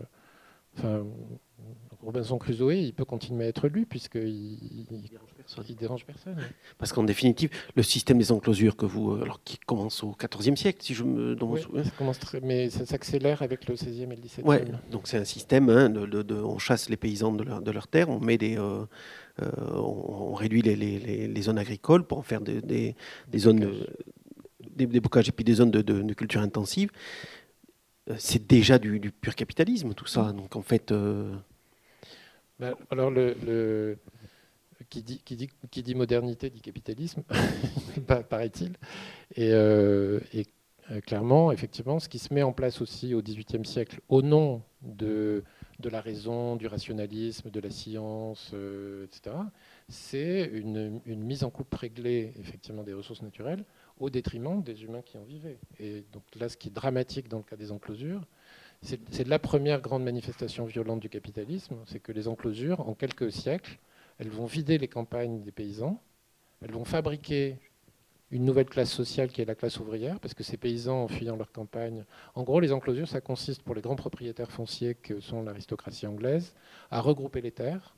Robinson Crusoe, il peut continuer à être lu puisqu'il ne dérange personne. Parce qu'en définitive, le système des enclosures qui commence au XIVe siècle, si je me souviens. Ça commence mais ça s'accélère avec le XVIe et le XVIIe. Ouais, donc c'est un système, on chasse les paysans de leur terre, on met on réduit les zones agricoles pour en faire des zones des bocages et puis des zones de culture intensive. C'est déjà du pur capitalisme, tout ça. Donc en fait, alors qui dit modernité dit capitalisme, paraît-il. Et clairement, effectivement, ce qui se met en place aussi au XVIIIe siècle, au nom de de la raison, du rationalisme, de la science, etc. C'est une mise en coupe réglée effectivement des ressources naturelles au détriment des humains qui en vivaient. Et donc là, ce qui est dramatique dans le cas des enclosures, c'est la première grande manifestation violente du capitalisme, c'est que les enclosures, en quelques siècles, elles vont vider les campagnes des paysans, elles vont fabriquer une nouvelle classe sociale qui est la classe ouvrière, parce que ces paysans, en fuyant leur campagne, en gros, les enclosures, ça consiste pour les grands propriétaires fonciers que sont l'aristocratie anglaise, à regrouper les terres,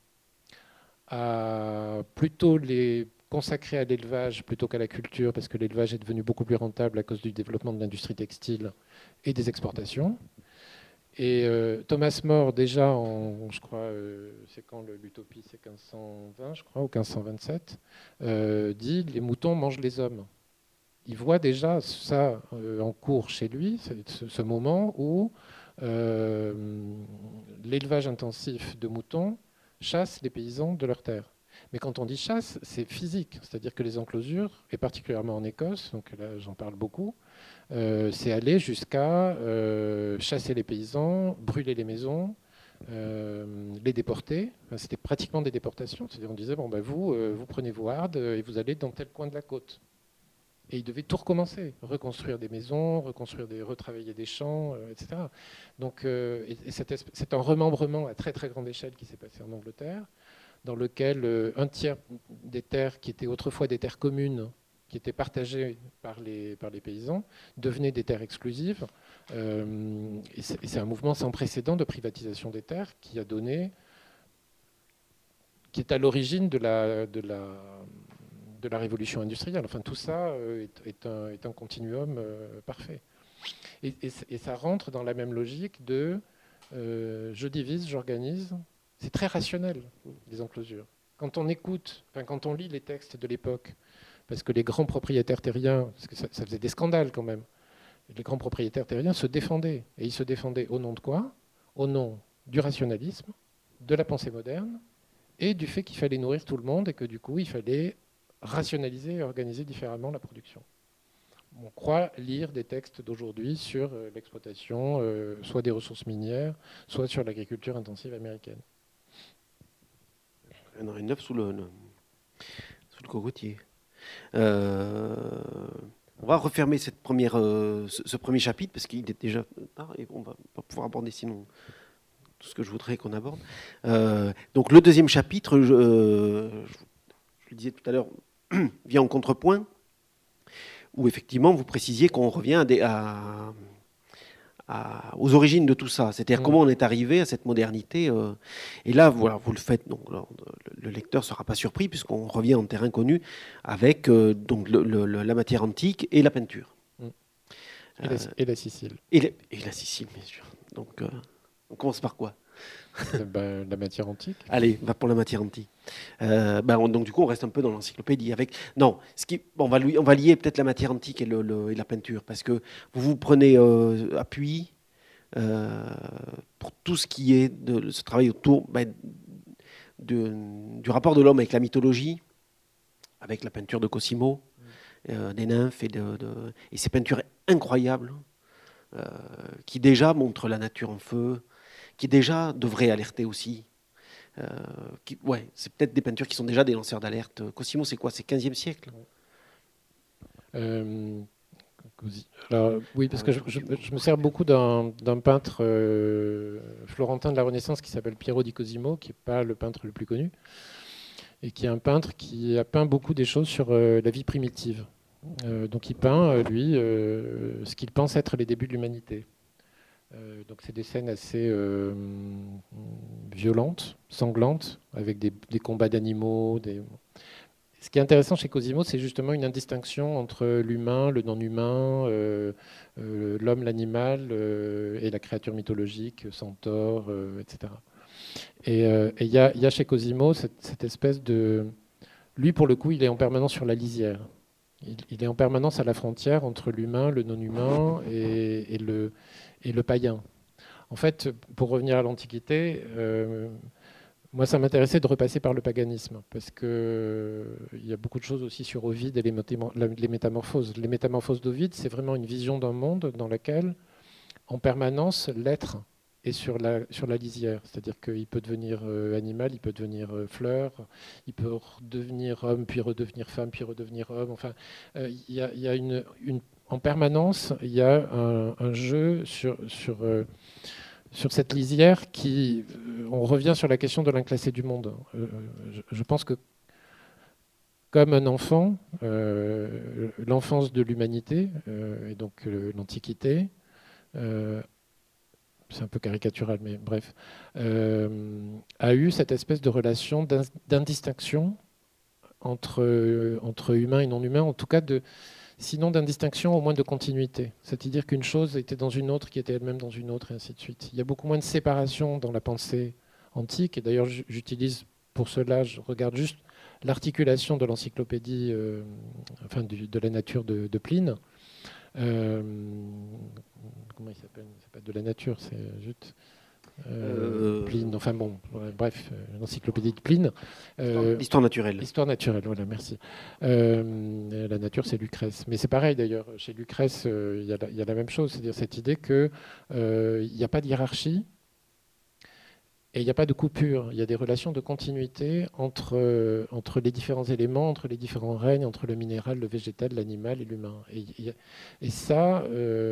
à plutôt les consacrer à l'élevage plutôt qu'à la culture, parce que l'élevage est devenu beaucoup plus rentable à cause du développement de l'industrie textile et des exportations. Et Thomas More, déjà, je crois, c'est quand l'utopie, c'est 1520, je crois, ou 1527, dit « les moutons mangent les hommes ». Il voit déjà ça en cours chez lui, ce moment où l'élevage intensif de moutons chasse les paysans de leurs terres. Mais quand on dit chasse, c'est physique, c'est-à-dire que les enclosures, et particulièrement en Écosse, donc là j'en parle beaucoup, c'est aller jusqu'à chasser les paysans, brûler les maisons, les déporter. Enfin, c'était pratiquement des déportations. C'est-à-dire on disait, bon, ben vous prenez vos hardes et vous allez dans tel coin de la côte. Et ils devaient tout recommencer, reconstruire des maisons, retravailler des champs, etc. Donc c'est un remembrement à très très grande échelle qui s'est passé en Angleterre, dans lequel un tiers des terres qui étaient autrefois des terres communes, qui étaient partagées par les paysans, devenaient des terres exclusives. Et c'est un mouvement sans précédent de privatisation des terres qui est à l'origine de la révolution industrielle. Enfin, tout ça est un continuum parfait. Et ça rentre dans la même logique de je divise, j'organise. C'est très rationnel, les enclosures. Quand on écoute, quand on lit les textes de l'époque, parce que les grands propriétaires terriens, parce que ça faisait des scandales quand même, les grands propriétaires terriens se défendaient. Et ils se défendaient au nom de quoi? Au nom du rationalisme, de la pensée moderne, et du fait qu'il fallait nourrir tout le monde et que du coup, il fallait rationaliser et organiser différemment la production. On croit lire des textes d'aujourd'hui sur l'exploitation, soit des ressources minières, soit sur l'agriculture intensive américaine. Il y en aurait 9 sous le cocotier. On va refermer ce premier chapitre parce qu'il est déjà tard et on va pas pouvoir aborder sinon tout ce que je voudrais qu'on aborde. Donc le deuxième chapitre, je le disais tout à l'heure, vient en contrepoint, où effectivement vous précisiez qu'on revient aux origines de tout ça, c'est-à-dire comment on est arrivé à cette modernité. Et là, voilà, vous le faites, donc le lecteur ne sera pas surpris puisqu'on revient en terrain connu avec donc la matière antique et la peinture. Et la Sicile. Et la Sicile, bien sûr. Donc on commence par quoi? La matière antique. Allez, on va pour la matière antique. Donc du coup, on reste un peu dans l'encyclopédie. On va lier peut-être la matière antique et la peinture, parce que vous prenez appui pour tout ce qui est de ce travail autour du rapport de l'homme avec la mythologie, avec la peinture de Cosimo, des nymphes et ces peintures incroyables qui déjà montrent la nature en feu, qui déjà devraient alerter aussi. C'est peut-être des peintures qui sont déjà des lanceurs d'alerte. Cosimo, c'est quoi? C'est 15e siècle? Alors, oui, parce que je me sers beaucoup d'un peintre florentin de la Renaissance qui s'appelle Piero di Cosimo, qui n'est pas le peintre le plus connu, et qui est un peintre qui a peint beaucoup des choses sur la vie primitive. Donc il peint, lui, ce qu'il pense être les débuts de l'humanité. Donc c'est des scènes assez violentes, sanglantes, avec des combats d'animaux. Ce qui est intéressant chez Cosimo, c'est justement une indistinction entre l'humain, le non-humain, l'homme, l'animal et la créature mythologique, centaure, etc. Et il y a chez Cosimo cette espèce de... Lui, pour le coup, il est en permanence sur la lisière. Il est en permanence à la frontière entre l'humain, le non-humain et le païen. En fait, pour revenir à l'Antiquité, moi, ça m'intéressait de repasser par le paganisme, parce qu'il y a beaucoup de choses aussi sur Ovide et les métamorphoses. Les métamorphoses d'Ovide, c'est vraiment une vision d'un monde dans lequel, en permanence, l'être et sur la lisière. C'est-à-dire qu'il peut devenir animal, il peut devenir fleur, il peut redevenir homme, puis redevenir femme, puis redevenir homme. Enfin, il y a en permanence, il y a un jeu sur cette lisière qui... on revient sur la question de l'inclassé du monde. Je pense que comme un enfant, l'enfance de l'humanité, et donc l'Antiquité, c'est un peu caricatural, mais bref, a eu cette espèce de relation d'indistinction entre humain et non humain, en tout cas, sinon d'indistinction, au moins de continuité. C'est-à-dire qu'une chose était dans une autre, qui était elle-même dans une autre, et ainsi de suite. Il y a beaucoup moins de séparation dans la pensée antique, et d'ailleurs j'utilise pour cela, je regarde juste l'articulation de l'encyclopédie enfin, de la nature de Pline. Comment il s'appelle? C'est pas de la nature, c'est juste Pline. Enfin bon, ouais, bref, l'encyclopédie de Pline. L'histoire naturelle. L'histoire naturelle, voilà, merci. La nature, c'est Lucrèce. Mais c'est pareil d'ailleurs. Chez Lucrèce, il y a la même chose, c'est-à-dire cette idée qu'il n'y a pas de hiérarchie. Et il n'y a pas de coupure, il y a des relations de continuité entre les différents éléments, entre les différents règnes, entre le minéral, le végétal, l'animal et l'humain. Et ça,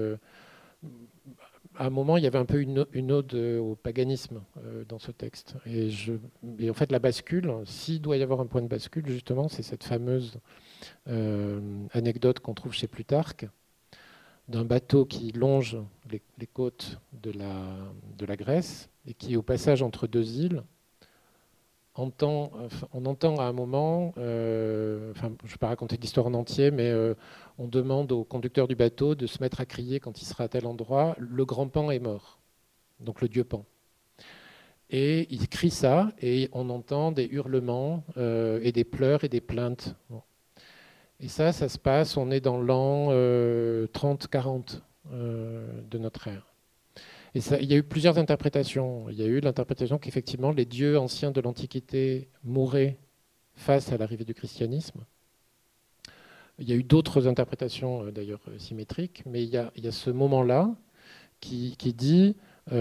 à un moment, il y avait un peu une ode au paganisme dans ce texte. Et en fait, la bascule, s'il doit y avoir un point de bascule, justement, c'est cette fameuse anecdote qu'on trouve chez Plutarque, d'un bateau qui longe les côtes de la Grèce et qui, au passage entre deux îles, on entend à un moment, enfin, je ne vais pas raconter l'histoire en entier, mais on demande au conducteur du bateau de se mettre à crier quand il sera à tel endroit, le grand Pan est mort, donc le dieu Pan. Et il crie ça, et on entend des hurlements et des pleurs et des plaintes. Bon. Et ça se passe, on est dans l'an 30-40 de notre ère. Et ça, il y a eu plusieurs interprétations. Il y a eu l'interprétation qu'effectivement les dieux anciens de l'Antiquité mouraient face à l'arrivée du christianisme. Il y a eu d'autres interprétations d'ailleurs symétriques, mais il y a ce moment-là qui dit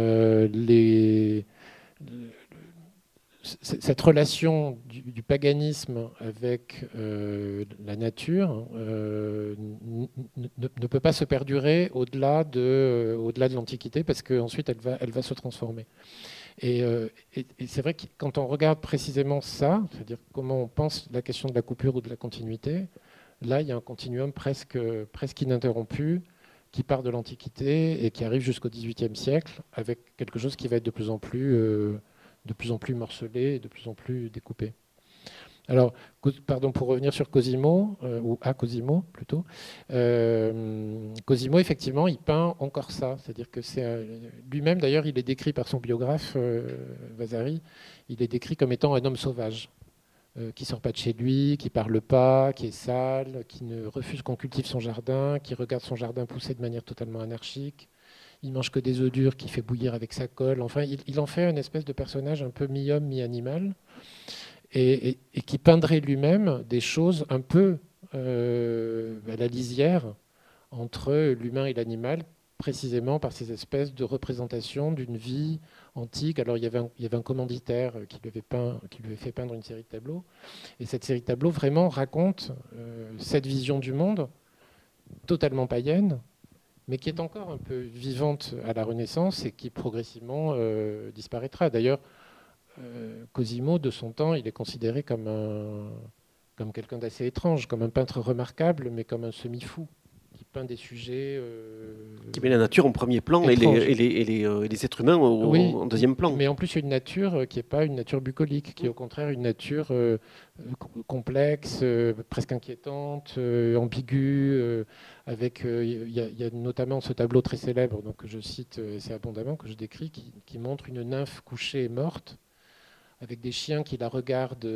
cette relation du paganisme avec la nature ne peut pas se perdurer au-delà de l'Antiquité parce qu'ensuite elle va se transformer. Et c'est vrai que quand on regarde précisément ça, c'est-à-dire comment on pense la question de la coupure ou de la continuité, là il y a un continuum presque ininterrompu qui part de l'Antiquité et qui arrive jusqu'au XVIIIe siècle avec quelque chose qui va être de plus en plus morcelé et de plus en plus découpé. Alors, pardon, pour revenir sur Cosimo, ou à Cosimo plutôt, Cosimo, effectivement, il peint encore ça. C'est-à-dire que lui-même, d'ailleurs, il est décrit par son biographe, Vasari, il est décrit comme étant un homme sauvage, qui ne sort pas de chez lui, qui ne parle pas, qui est sale, qui ne refuse qu'on cultive son jardin, qui regarde son jardin pousser de manière totalement anarchique. Il mange que des œufs durs qu'il fait bouillir avec sa colle. Enfin, il en fait une espèce de personnage un peu mi-homme, mi-animal, et qui peindrait lui-même des choses un peu à la lisière entre l'humain et l'animal, précisément par ces espèces de représentations d'une vie antique. Alors, il y avait un commanditaire qui lui avait fait peindre une série de tableaux, et cette série de tableaux vraiment raconte cette vision du monde totalement païenne, mais qui est encore un peu vivante à la Renaissance et qui progressivement disparaîtra. D'ailleurs, Cosimo, de son temps, il est considéré comme quelqu'un d'assez étrange, comme un peintre remarquable, mais comme un semi-fou, qui peint des sujets... qui met la nature en premier plan et les êtres humains en deuxième plan. Mais en plus, il y a une nature qui n'est pas une nature bucolique, qui est au contraire une nature complexe, presque inquiétante, ambiguë, avec il y a notamment ce tableau très célèbre, donc que je cite assez abondamment, que je décris, qui montre une nymphe couchée et morte, avec des chiens qui la regardent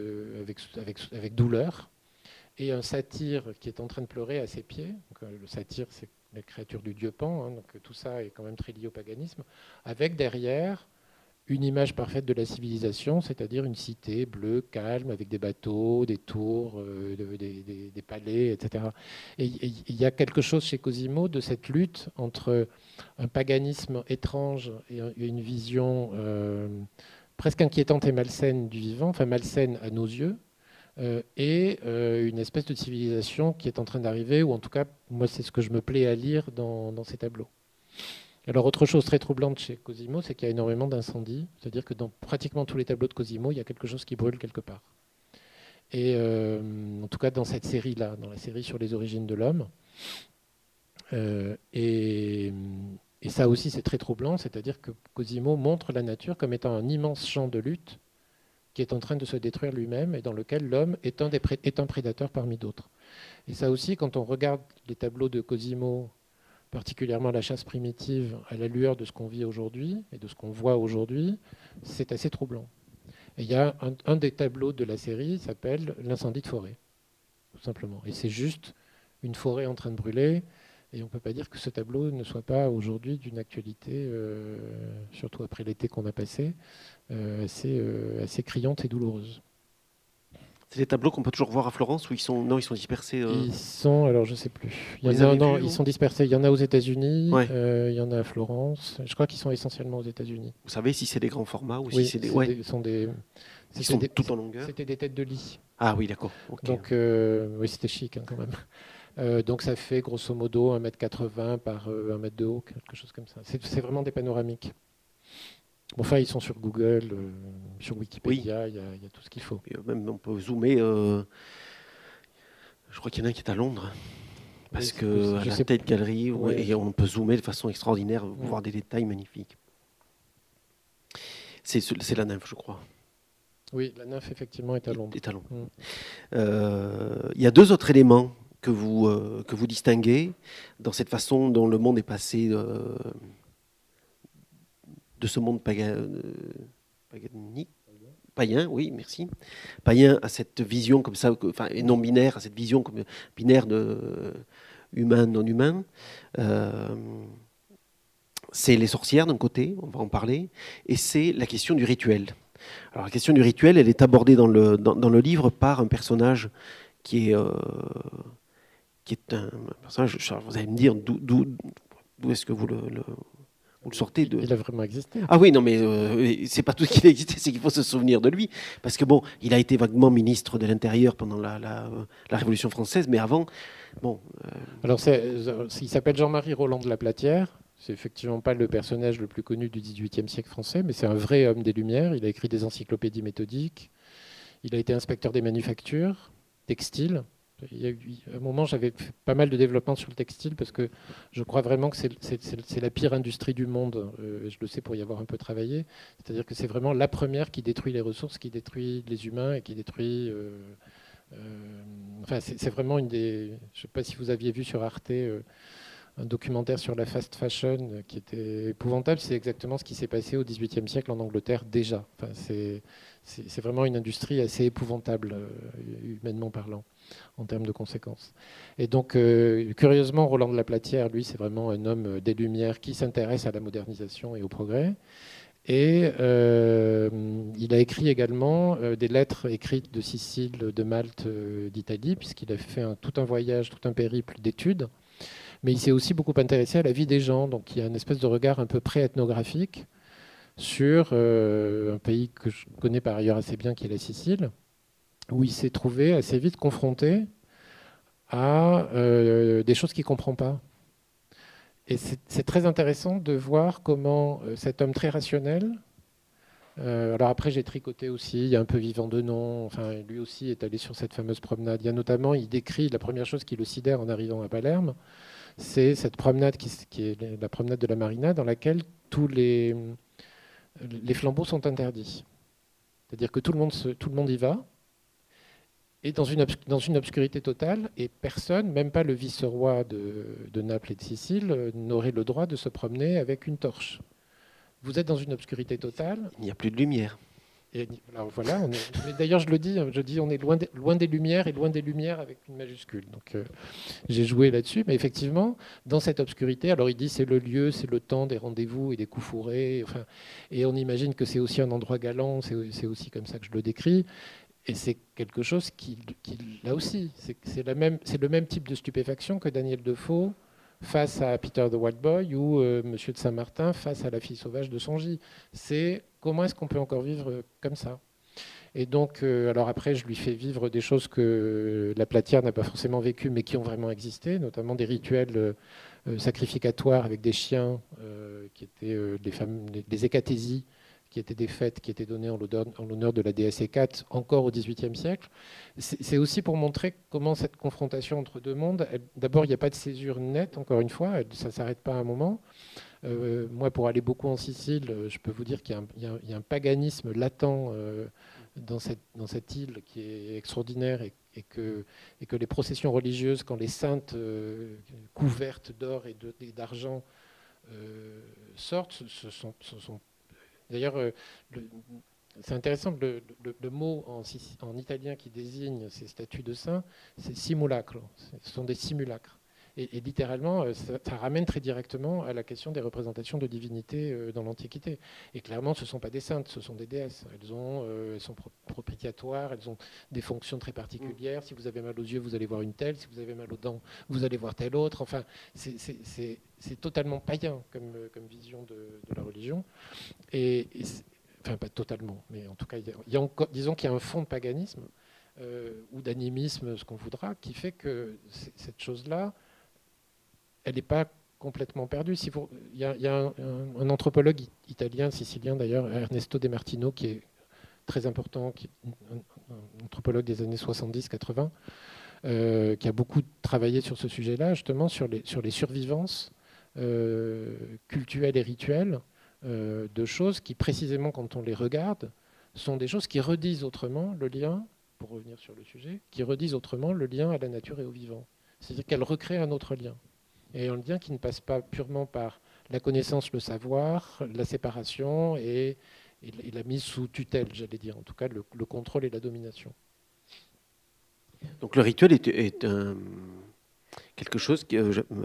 avec douleur, et un satyre qui est en train de pleurer à ses pieds. Donc, le satyre, c'est la créature du dieu Pan, hein, donc tout ça est quand même très lié au paganisme, avec derrière une image parfaite de la civilisation, c'est-à-dire une cité bleue, calme, avec des bateaux, des tours, des palais, etc. Et il y a quelque chose chez Cosimo de cette lutte entre un paganisme étrange et une vision presque inquiétante et malsaine du vivant, enfin malsaine à nos yeux, et une espèce de civilisation qui est en train d'arriver, ou en tout cas, moi, c'est ce que je me plais à lire dans ces tableaux. Alors, autre chose très troublante chez Cosimo, c'est qu'il y a énormément d'incendies, c'est-à-dire que dans pratiquement tous les tableaux de Cosimo, il y a quelque chose qui brûle quelque part. Et en tout cas, dans cette série-là, dans la série sur les origines de l'homme. Et ça aussi, c'est très troublant, c'est-à-dire que Cosimo montre la nature comme étant un immense champ de lutte qui est en train de se détruire lui-même et dans lequel l'homme est un prédateur parmi d'autres. Et ça aussi, quand on regarde les tableaux de Cosimo, particulièrement la chasse primitive, à la lueur de ce qu'on vit aujourd'hui et de ce qu'on voit aujourd'hui, c'est assez troublant. Et il y a un des tableaux de la série qui s'appelle l'incendie de forêt, tout simplement. Et c'est juste une forêt en train de brûler. Et on ne peut pas dire que ce tableau ne soit pas aujourd'hui d'une actualité, surtout après l'été qu'on a passé, assez criante et douloureuse. C'est des tableaux qu'on peut toujours voir à Florence ou ils sont dispersés Ils sont, alors je ne sais plus. Ils sont dispersés. Il y en a aux États-Unis, ouais. Il y en a à Florence. Je crois qu'ils sont essentiellement aux États-Unis. Vous savez si c'est des grands formats ou Oui, si c'est des. Ils sont tout en longueur. C'était des têtes de lit. Ah oui, d'accord. Okay. Donc, oui, c'était chic quand même. Donc ça fait grosso modo 1,80 m par 1 m de haut, quelque chose comme ça. C'est vraiment des panoramiques. Bon, enfin, ils sont sur Google, sur Wikipédia, il y a tout ce qu'il faut. Et même on peut zoomer. Je crois qu'il y en a un qui est à Londres. Parce que à la Tate Gallery, et on peut zoomer de façon extraordinaire, voir des détails magnifiques. C'est la nymphe, je crois. Oui, la nymphe, effectivement, est à Londres. Il y a deux autres éléments que vous distinguez dans cette façon dont le monde est passé de ce monde païen, oui, merci. Païen à cette vision comme ça, enfin, et non binaire, à cette vision comme binaire de humain, non humain. C'est les sorcières d'un côté, on va en parler, et c'est la question du rituel. Alors la question du rituel, elle est abordée dans le livre par un personnage qui est un personnage. Vous allez me dire d'où est-ce que vous le sortez de... Il a vraiment existé. Ah oui, non, mais c'est pas tout ce qu'il a existé, c'est qu'il faut se souvenir de lui. Parce que bon, il a été vaguement ministre de l'Intérieur pendant la Révolution française, mais avant, bon... Alors, il s'appelle Jean-Marie Roland de la Platière. C'est effectivement pas le personnage le plus connu du XVIIIe siècle français, mais c'est un vrai homme des Lumières. Il a écrit des encyclopédies méthodiques. Il a été inspecteur des manufactures, textiles. Il y a eu, à un moment, j'avais fait pas mal de développement sur le textile parce que je crois vraiment que c'est la pire industrie du monde. Je le sais pour y avoir un peu travaillé. C'est-à-dire que c'est vraiment la première qui détruit les ressources, qui détruit les humains et qui détruit... enfin, c'est vraiment une des... Je ne sais pas si vous aviez vu sur Arte un documentaire sur la fast fashion qui était épouvantable. C'est exactement ce qui s'est passé au XVIIIe siècle en Angleterre déjà. Enfin, c'est vraiment une industrie assez épouvantable, humainement parlant, en termes de conséquences. Et donc, curieusement, Roland de la Platière, lui, c'est vraiment un homme des Lumières qui s'intéresse à la modernisation et au progrès. Et il a écrit également des lettres écrites de Sicile, de Malte, d'Italie, puisqu'il a fait tout un voyage, tout un périple d'études. Mais il s'est aussi beaucoup intéressé à la vie des gens. Donc il y a une espèce de regard un peu pré-ethnographique sur un pays que je connais par ailleurs assez bien, qui est la Sicile, où il s'est trouvé assez vite confronté à des choses qu'il ne comprend pas. Et c'est très intéressant de voir comment cet homme très rationnel, alors après j'ai tricoté aussi, il y a un peu Vivant de nom, enfin, lui aussi est allé sur cette fameuse promenade. Il y a notamment, il décrit la première chose qui le sidère en arrivant à Palerme, c'est cette promenade qui est la promenade de la Marina, dans laquelle tous les flambeaux sont interdits. C'est-à-dire que tout le monde y va, et dans une obscurité totale, et personne, même pas le vice-roi de Naples et de Sicile, n'aurait le droit de se promener avec une torche. Vous êtes dans une obscurité totale. Il n'y a plus de lumière. Alors voilà, mais d'ailleurs je dis on est loin des lumières et loin des lumières avec une majuscule. Donc j'ai joué là-dessus, mais effectivement, dans cette obscurité, alors il dit c'est le lieu, c'est le temps des rendez-vous et des coups fourrés, enfin, et on imagine que c'est aussi un endroit galant, c'est aussi comme ça que je le décris. Et c'est quelque chose qui là aussi, c'est le même type de stupéfaction que Daniel Defoe face à Peter the Wild Boy ou Monsieur de Saint-Martin face à la fille sauvage de Songy. C'est comment est-ce qu'on peut encore vivre comme ça? Et donc, alors après, je lui fais vivre des choses que la Platière n'a pas forcément vécues, mais qui ont vraiment existé, notamment des rituels sacrificatoires avec des chiens qui étaient des hécathésies, qui étaient des fêtes qui étaient données en l'honneur de la déesse Hécate, encore au XVIIIe siècle. C'est aussi pour montrer comment cette confrontation entre deux mondes, d'abord, il n'y a pas de césure nette, encore une fois, ça ne s'arrête pas à un moment. Moi, pour aller beaucoup en Sicile, je peux vous dire qu'il y a un paganisme latent dans cette île qui est extraordinaire et que les processions religieuses, quand les saintes couvertes d'or et d'argent sortent, ce sont d'ailleurs, c'est intéressant, le mot en italien qui désigne ces statues de saints, c'est simulacro. Ce sont des simulacres. Et littéralement, ça ramène très directement à la question des représentations de divinités dans l'Antiquité. Et clairement, ce ne sont pas des saintes, ce sont des déesses. Elles sont propitiatoires, elles ont des fonctions très particulières. Si vous avez mal aux yeux, vous allez voir une telle. Si vous avez mal aux dents, vous allez voir telle autre. Enfin, c'est totalement païen comme vision de la religion. Enfin, pas totalement, mais en tout cas, disons qu'il y a un fond de paganisme ou d'animisme, ce qu'on voudra, qui fait que cette chose-là, elle n'est pas complètement perdue. Il y a un anthropologue italien, sicilien d'ailleurs, Ernesto De Martino, qui est très important, qui est un anthropologue des années 70-80, qui a beaucoup travaillé sur ce sujet-là, justement, sur les survivances cultuelles et rituelles de choses qui, précisément, quand on les regarde, sont des choses qui redisent autrement le lien, pour revenir sur le sujet, qui redisent autrement le lien à la nature et au vivant. C'est-à-dire qu'elles recréent un autre lien. Et un lien qui ne passe pas purement par la connaissance, le savoir, la séparation et la mise sous tutelle, j'allais dire, en tout cas le contrôle et la domination. Donc le rituel est quelque chose qui...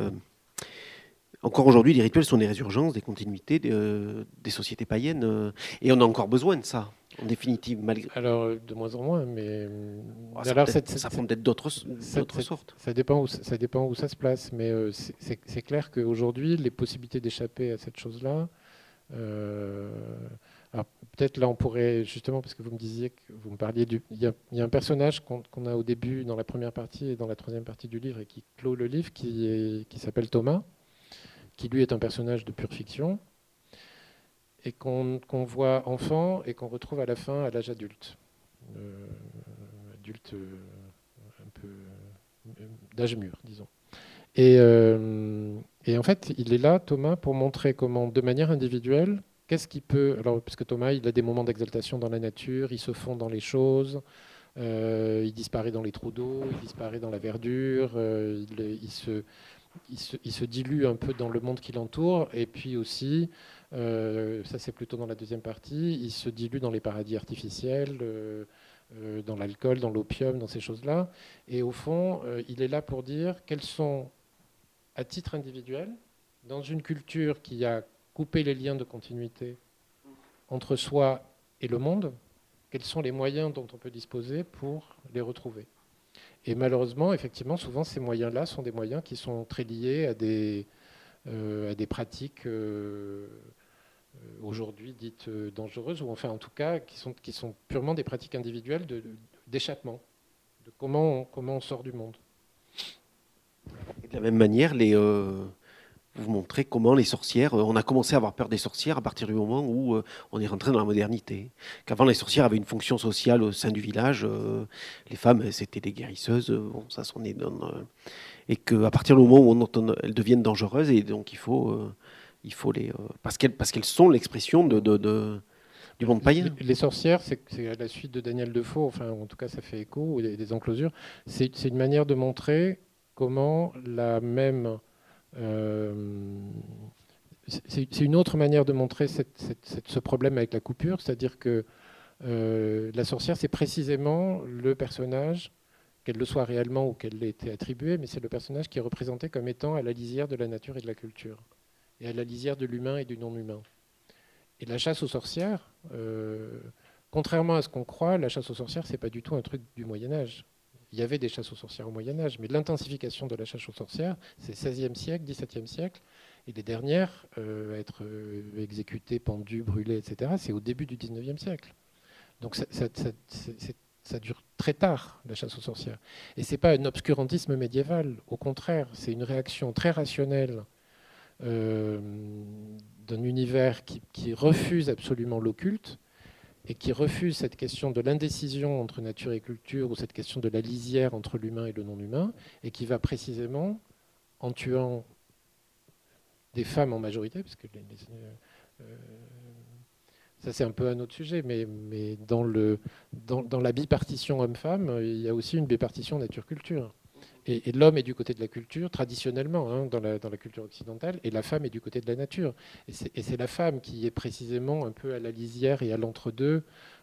encore aujourd'hui, les rituels sont des résurgences, des continuités des sociétés païennes. Et on a encore besoin de ça, en définitive. Alors, de moins en moins, mais... ça prend peut-être d'autres sortes. Ça dépend où ça se place. Mais c'est clair qu'aujourd'hui, les possibilités d'échapper à cette chose-là... alors peut-être là, on pourrait, justement, parce que vous me parliez il y a un personnage qu'on a au début, dans la première partie et dans la troisième partie du livre, et qui clôt le livre, qui s'appelle Thomas, qui lui est un personnage de pure fiction, et qu'on voit enfant et qu'on retrouve à la fin à l'âge adulte. Adulte un peu d'âge mûr, disons. Et en fait, il est là, Thomas, pour montrer comment, de manière individuelle, qu'est-ce qu'il peut... Alors, parce que Thomas, il a des moments d'exaltation dans la nature, il se fond dans les choses, il disparaît dans les trous d'eau, il disparaît dans la verdure, il se dilue un peu dans le monde qui l'entoure, et puis aussi, ça c'est plutôt dans la deuxième partie, il se dilue dans les paradis artificiels, dans l'alcool, dans l'opium, dans ces choses-là. Et au fond, il est là pour dire quels sont, à titre individuel, dans une culture qui a coupé les liens de continuité entre soi et le monde, quels sont les moyens dont on peut disposer pour les retrouver. Et malheureusement, effectivement, souvent ces moyens-là sont des moyens qui sont très liés à des pratiques aujourd'hui dites dangereuses, ou enfin en tout cas qui sont purement des pratiques individuelles d'échappement, de comment on sort du monde. Et de la même manière, vous montrez comment les sorcières, on a commencé à avoir peur des sorcières à partir du moment où on est rentré dans la modernité. Qu'avant, les sorcières avaient une fonction sociale au sein du village. Les femmes, c'était des guérisseuses. Bon, ça s'en est et qu'à partir du moment où elles deviennent dangereuses, et donc il faut les... parce qu'elles sont l'expression du monde païen. Les sorcières, c'est à la suite de Daniel Defoe, enfin en tout cas ça fait écho, ou des enclosures. C'est une manière de montrer comment la même... c'est une autre manière de montrer ce problème avec la coupure, c'est-à-dire que La sorcière, c'est précisément le personnage, qu'elle le soit réellement ou qu'elle l'ait été attribuée, mais c'est le personnage qui est représenté comme étant à la lisière de la nature et de la culture, et à la lisière de l'humain et du non-humain. Et la chasse aux sorcières, contrairement à ce qu'on croit, la chasse aux sorcières, c'est pas du tout un truc du Moyen-Âge. Il y avait des chasses aux sorcières au Moyen-Âge, mais l'intensification de la chasse aux sorcières, c'est 16e siècle, 17e siècle, et les dernières à être exécutées, pendues, brûlées, etc., c'est au début du 19e siècle. Donc ça dure très tard, la chasse aux sorcières. Et ce n'est pas un obscurantisme médiéval, au contraire, c'est une réaction très rationnelle d'un univers qui refuse absolument l'occulte et qui refuse cette question de l'indécision entre nature et culture ou cette question de la lisière entre l'humain et le non-humain, et qui va précisément, en tuant des femmes en majorité, parce que ça c'est un peu un autre sujet, mais dans la bipartition homme-femme, il y a aussi une bipartition nature-culture. Et l'homme est du côté de la culture, traditionnellement, hein, dans la culture occidentale, et la femme est du côté de la nature. Et c'est la femme qui est précisément un peu à la lisière et à l'entre-deux.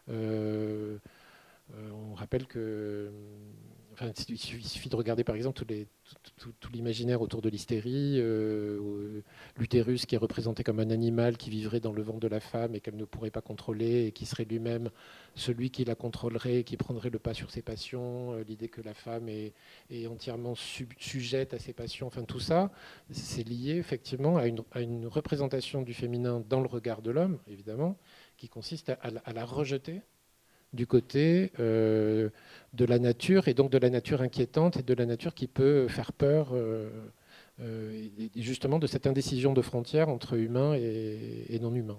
On rappelle que... Enfin, il suffit de regarder par exemple tout l'imaginaire autour de l'hystérie, l'utérus qui est représenté comme un animal qui vivrait dans le ventre de la femme et qu'elle ne pourrait pas contrôler et qui serait lui-même celui qui la contrôlerait, qui prendrait le pas sur ses passions, l'idée que la femme est entièrement sujette à ses passions, enfin tout ça, c'est lié effectivement à une représentation du féminin dans le regard de l'homme, évidemment, qui consiste à la rejeter du côté de la nature, et donc de la nature inquiétante et de la nature qui peut faire peur, et justement de cette indécision de frontière entre humain et non humain.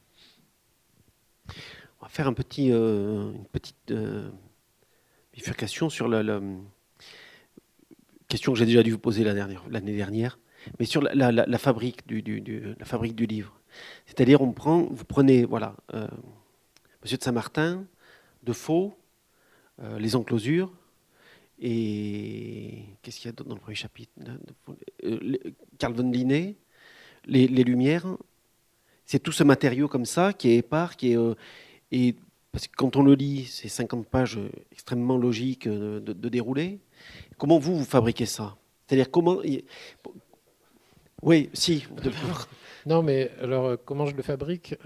On va faire une petite bifurcation sur la question que j'ai déjà dû vous poser l'année dernière, mais sur la fabrique la fabrique du livre. C'est-à-dire, vous prenez voilà, Monsieur de Saint-Martin, Defoe, les enclosures, et qu'est-ce qu'il y a d'autre dans le premier chapitre, Carl von Linné, les Lumières. C'est tout ce matériau comme ça qui est épars, et parce que quand on le lit, c'est 50 pages extrêmement logiques de dérouler. Comment vous fabriquez ça? C'est-à-dire comment... Oui, si. Non, mais alors comment je le fabrique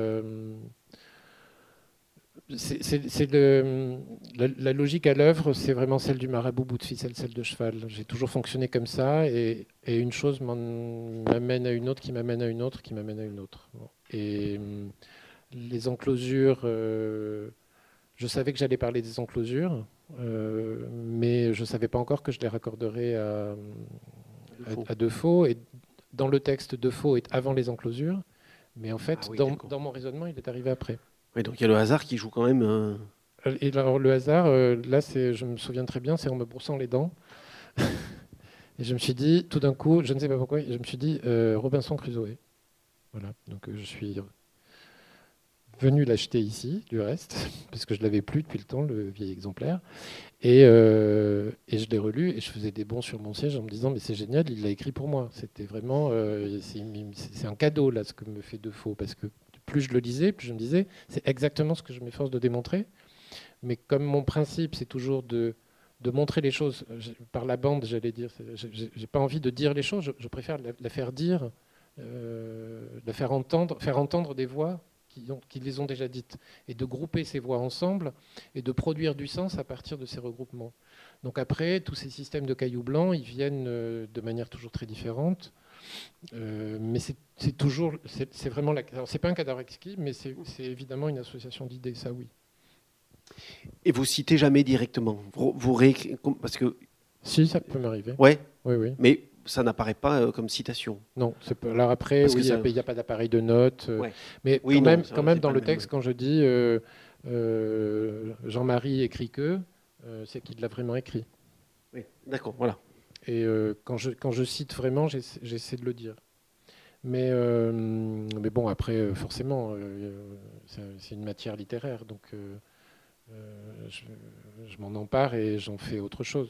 la logique à l'œuvre, c'est vraiment celle du marabout bout de ficelle, celle de cheval. J'ai toujours fonctionné comme ça, et une chose m'amène à une autre, qui m'amène à une autre, qui m'amène à une autre. Et les enclosures, je savais que j'allais parler des enclosures, mais je ne savais pas encore que je les raccorderais à Defoe. Et dans le texte, Defoe est avant les enclosures, mais en fait, dans mon raisonnement, il est arrivé après. Oui, donc il y a le hasard qui joue quand même. Et alors, le hasard, là, je me souviens très bien, c'est en me brossant les dents. Et je me suis dit, tout d'un coup, je ne sais pas pourquoi, je me suis dit Robinson Crusoe. Voilà, donc je suis venu l'acheter ici, du reste, parce que je ne l'avais plus depuis le temps, le vieil exemplaire. Et je l'ai relu, et je faisais des bonds sur mon siège en me disant, mais c'est génial, il l'a écrit pour moi. C'était vraiment, c'est un cadeau, là, ce que me fait Defoe, parce que plus je le lisais, plus je me disais, c'est exactement ce que je m'efforce de démontrer. Mais comme mon principe, c'est toujours de montrer les choses par la bande, j'allais dire, j'ai pas envie de dire les choses, je préfère la faire dire, la faire entendre des voix qui les ont déjà dites, et de grouper ces voix ensemble et de produire du sens à partir de ces regroupements. Donc après, tous ces systèmes de cailloux blancs, ils viennent de manière toujours très différente. Mais c'est vraiment c'est pas un cadavre exquis, mais c'est évidemment une association d'idées, ça oui. Et vous citez jamais directement, vous réécrivez, parce que si, ça peut m'arriver. Ouais. Oui. Mais ça n'apparaît pas comme citation. Non, alors après, oui, il n'y a pas d'appareil de notes, ouais. Mais oui, quand même dans le texte, quand je dis Jean-Marie écrit que, c'est qu'il l'a vraiment écrit. Oui, d'accord, voilà. Et quand je cite vraiment, j'essaie de le dire. Mais bon, après, forcément, c'est une matière littéraire, donc je m'en empare et j'en fais autre chose.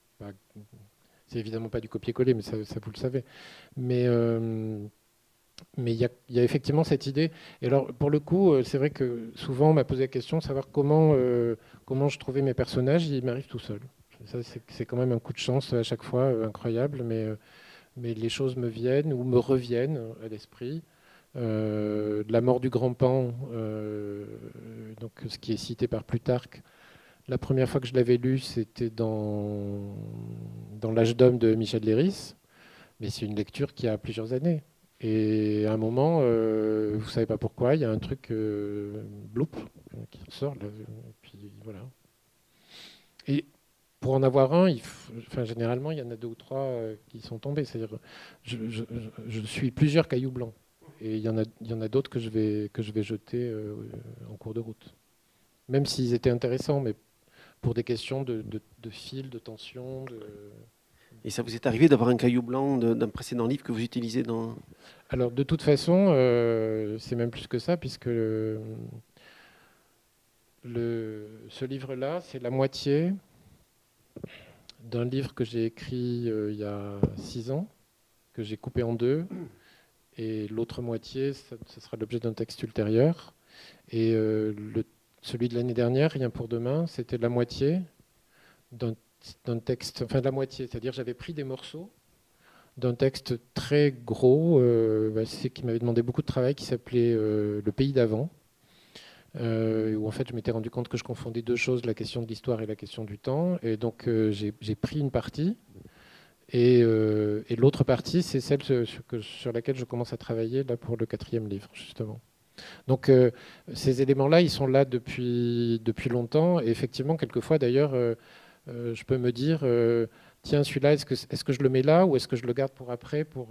C'est évidemment pas du copier-coller, mais ça vous le savez. Mais Mais il y a effectivement cette idée. Et alors, pour le coup, c'est vrai que souvent, on m'a posé la question de savoir comment je trouvais mes personnages. Il m'arrive tout seul. Ça, c'est quand même un coup de chance à chaque fois incroyable, mais les choses me viennent ou me reviennent à l'esprit. La mort du grand Pan, donc, ce qui est cité par Plutarque. La première fois que je l'avais lu, c'était dans L'Âge d'homme de Michel Léris, mais c'est une lecture qui a plusieurs années. Et à un moment, vous ne savez pas pourquoi, il y a un truc bloup qui ressort. Là, et puis voilà. Et pour en avoir un, généralement, il y en a 2 ou 3 qui sont tombés. C'est-à-dire, je suis plusieurs cailloux blancs. Et il y en a d'autres que je vais jeter en cours de route. Même s'ils étaient intéressants, mais pour des questions de fil, de tension. Et ça vous est arrivé d'avoir un caillou blanc d'un précédent livre que vous utilisez dans... Alors, de toute façon, c'est même plus que ça, puisque ce livre-là, c'est la moitié d'un livre que j'ai écrit il y a 6 ans, que j'ai coupé en 2. Et l'autre moitié, ce sera l'objet d'un texte ultérieur. Et celui de l'année dernière, Rien pour demain, c'était la moitié d'un texte, enfin la moitié, c'est-à-dire j'avais pris des morceaux d'un texte très gros, qui m'avait demandé beaucoup de travail, qui s'appelait Le pays d'avant, où en fait je m'étais rendu compte que je confondais 2 choses, la question de l'histoire et la question du temps. Et donc j'ai pris une partie, et l'autre partie, c'est celle sur laquelle je commence à travailler là pour le 4e livre, justement. Donc ces éléments-là, ils sont là depuis longtemps. Et effectivement, quelquefois d'ailleurs, je peux me dire, tiens, celui-là, est-ce que je le mets là ou est-ce que je le garde pour après, pour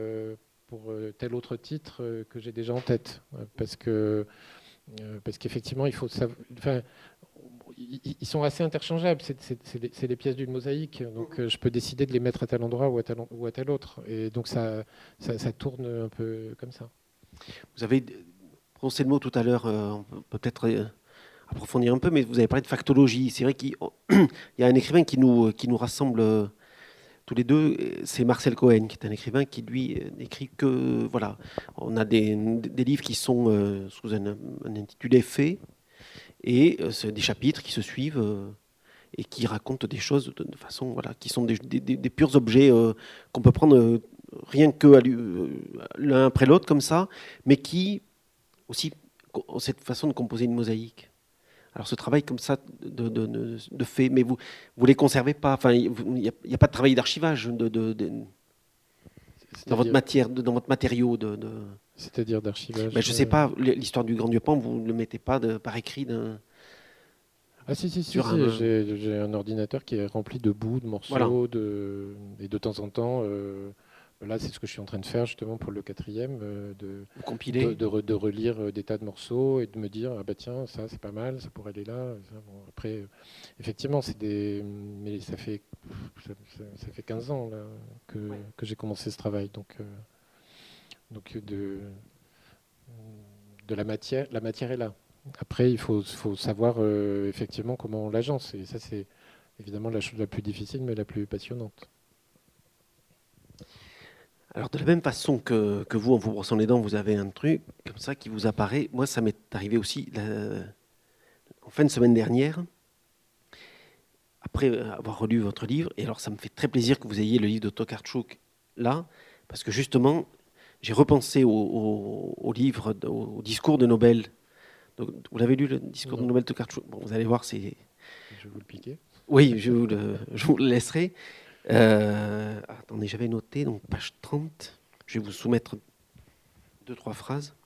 tel autre titre que j'ai déjà en tête, parce qu'effectivement, il faut savoir. Enfin, ils sont assez interchangeables. C'est les pièces d'une mosaïque, donc je peux décider de les mettre à tel endroit ou à tel autre. Et donc ça tourne un peu comme ça. Vous avez prononcé le mot tout à l'heure, on peut peut-être approfondir un peu, mais vous avez parlé de factologie. C'est vrai qu'il y a un écrivain qui nous rassemble tous les deux, c'est Marcel Cohen, qui est un écrivain qui, lui, n'écrit que... Voilà, on a des livres qui sont sous un intitulé fait, et c'est des chapitres qui se suivent et qui racontent des choses de façon... Voilà, qui sont des purs objets qu'on peut prendre rien que l'un après l'autre, comme ça, mais qui aussi ont cette façon de composer une mosaïque. Alors ce travail comme ça de fait, mais vous les conservez pas. Enfin, il n'y a pas de travail d'archivage dans votre matière, dans votre matériau C'est-à-dire d'archivage. Ben, je sais pas. L'histoire du Grand Dieu Pan, vous ne le mettez pas par écrit Ah si, j'ai un ordinateur qui est rempli de bouts, de morceaux, voilà. Et de temps en temps. Là, c'est ce que je suis en train de faire justement pour le 4e, de relire des tas de morceaux et de me dire, ah bah tiens, ça c'est pas mal, ça pourrait aller là. Ça, bon, après, effectivement, mais ça fait 15 ans là, que j'ai commencé ce travail, donc de la matière est là. Après, il faut savoir effectivement comment on l'agence, et ça c'est évidemment la chose la plus difficile, mais la plus passionnante. Alors, de la même façon que vous, en vous brossant les dents, vous avez un truc comme ça qui vous apparaît. Moi, ça m'est arrivé aussi en fin de semaine dernière, après avoir relu votre livre. Et alors, ça me fait très plaisir que vous ayez le livre de Tokarczuk là, parce que justement, j'ai repensé au livre, au discours de Nobel. Donc, vous l'avez lu, le discours de Nobel de Tokarczuk? Bon, vous allez voir, c'est... Je vais vous le piquer. Oui, je vous le laisserai. Attendez, j'avais noté, donc page 30. Je vais vous soumettre 2-3 phrases.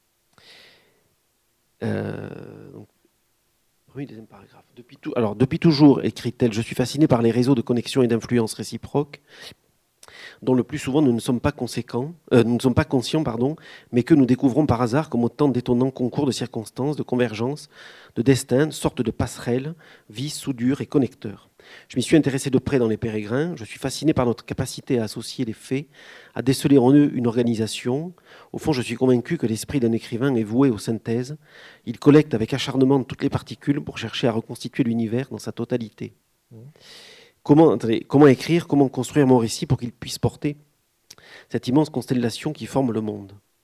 Oui, deuxième paragraphe. Depuis toujours, écrit-elle, je suis fascinée par les réseaux de connexion et d'influence réciproques, dont le plus souvent nous ne sommes pas conscients, mais que nous découvrons par hasard comme autant d'étonnants concours de circonstances, de convergences, de destins, sortes de passerelles, vis, soudures et connecteurs. Je m'y suis intéressé de près dans Les Pérégrins. Je suis fasciné par notre capacité à associer les faits, à déceler en eux une organisation. Au fond, je suis convaincu que l'esprit d'un écrivain est voué aux synthèses. Il collecte avec acharnement toutes les particules pour chercher à reconstituer l'univers dans sa totalité. Comment écrire, comment construire mon récit pour qu'il puisse porter cette immense constellation qui forme le monde?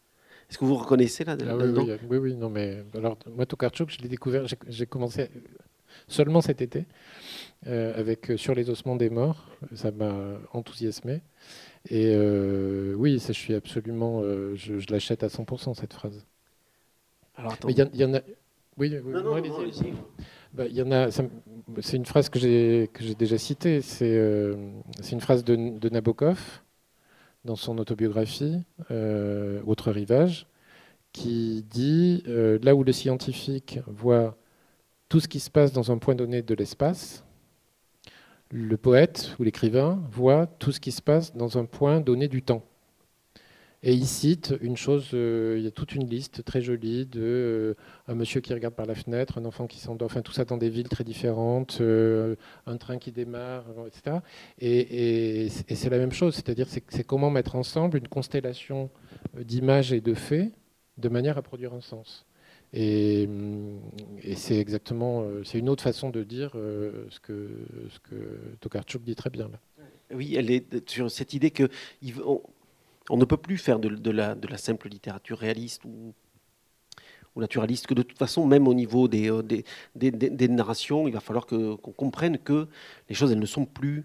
Est-ce que vous reconnaissez là, Ah là-dedans? oui, non, mais alors moi Tokarczuk, je l'ai découvert, j'ai commencé seulement cet été avec Sur les ossements des morts, ça m'a enthousiasmé. Et oui, ça, je suis absolument, je l'achète à 100% cette phrase. Alors attends. Mais il y en a, oui, Non, non, allez-y. non, allez-y. Bah, il y en a, c'est une phrase que j'ai déjà citée, c'est une phrase de Nabokov dans son autobiographie Autre rivage, qui dit là où le scientifique voit tout ce qui se passe dans un point donné de l'espace, le poète ou l'écrivain voit tout ce qui se passe dans un point donné du temps. Et il cite une chose, il y a toute une liste très jolie de un monsieur qui regarde par la fenêtre, un enfant qui s'endort, enfin tout ça dans des villes très différentes, un train qui démarre, etc. Et c'est la même chose, c'est-à-dire c'est comment mettre ensemble une constellation d'images et de faits de manière à produire un sens. Et c'est exactement, c'est une autre façon de dire ce que Tokarczuk dit très bien là. Oui, elle est sur cette idée que on ne peut plus faire de la simple littérature réaliste ou naturaliste, que de toute façon, même au niveau des narrations, il va falloir qu'on comprenne que les choses, elles ne sont plus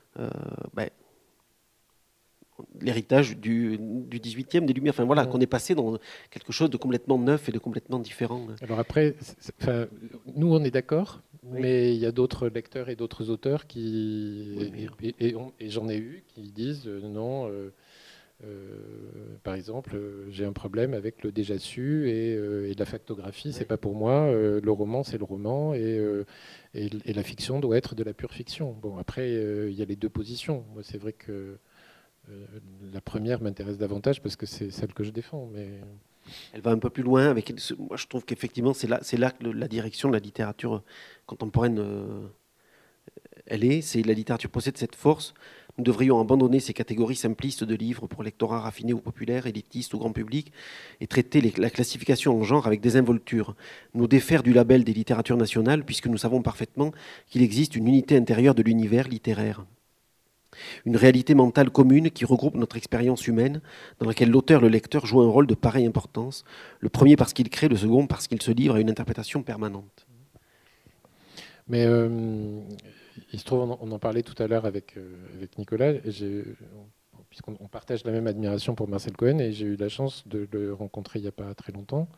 l'héritage du 18e, des Lumières. Enfin voilà, qu'on est passé dans quelque chose de complètement neuf et de complètement différent. Alors après, nous on est d'accord, Oui. mais il y a d'autres lecteurs et d'autres auteurs qui, et j'en ai eu, qui disent non. Par exemple, j'ai un problème avec le déjà su et la factographie, c'est pas pour moi. Le roman, c'est le roman et la fiction doit être de la pure fiction. Bon, après, il y a les deux positions. Moi, c'est vrai que la première m'intéresse davantage parce que c'est celle que je défends. Mais elle va un peu plus loin. Moi, je trouve qu'effectivement, c'est là que la direction de la littérature contemporaine, elle est. C'est la littérature possède cette force. Nous devrions abandonner ces catégories simplistes de livres pour lectorat raffiné ou populaire, élitiste ou grand public, et traiter la classification en genre avec désinvolture. Nous défaire du label des littératures nationales, puisque nous savons parfaitement qu'il existe une unité intérieure de l'univers littéraire. Une réalité mentale commune qui regroupe notre expérience humaine, dans laquelle l'auteur et le lecteur jouent un rôle de pareille importance, le premier parce qu'il crée, le second parce qu'il se livre à une interprétation permanente. Mais il se trouve, on en parlait tout à l'heure avec Nicolas, puisqu'on partage la même admiration pour Marcel Cohen, et j'ai eu la chance de le rencontrer il n'y a pas très longtemps.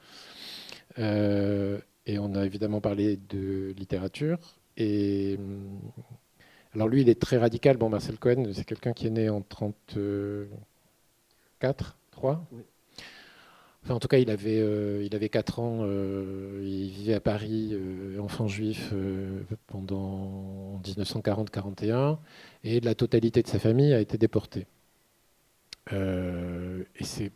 Et on a évidemment parlé de littérature. Et alors lui, il est très radical. Bon, Marcel Cohen, c'est quelqu'un qui est né en 34, 3. Oui. Enfin, en tout cas, il avait 4 ans, il vivait à Paris, enfant juif, pendant 1940-41, et la totalité de sa famille a été déportée. Et c'est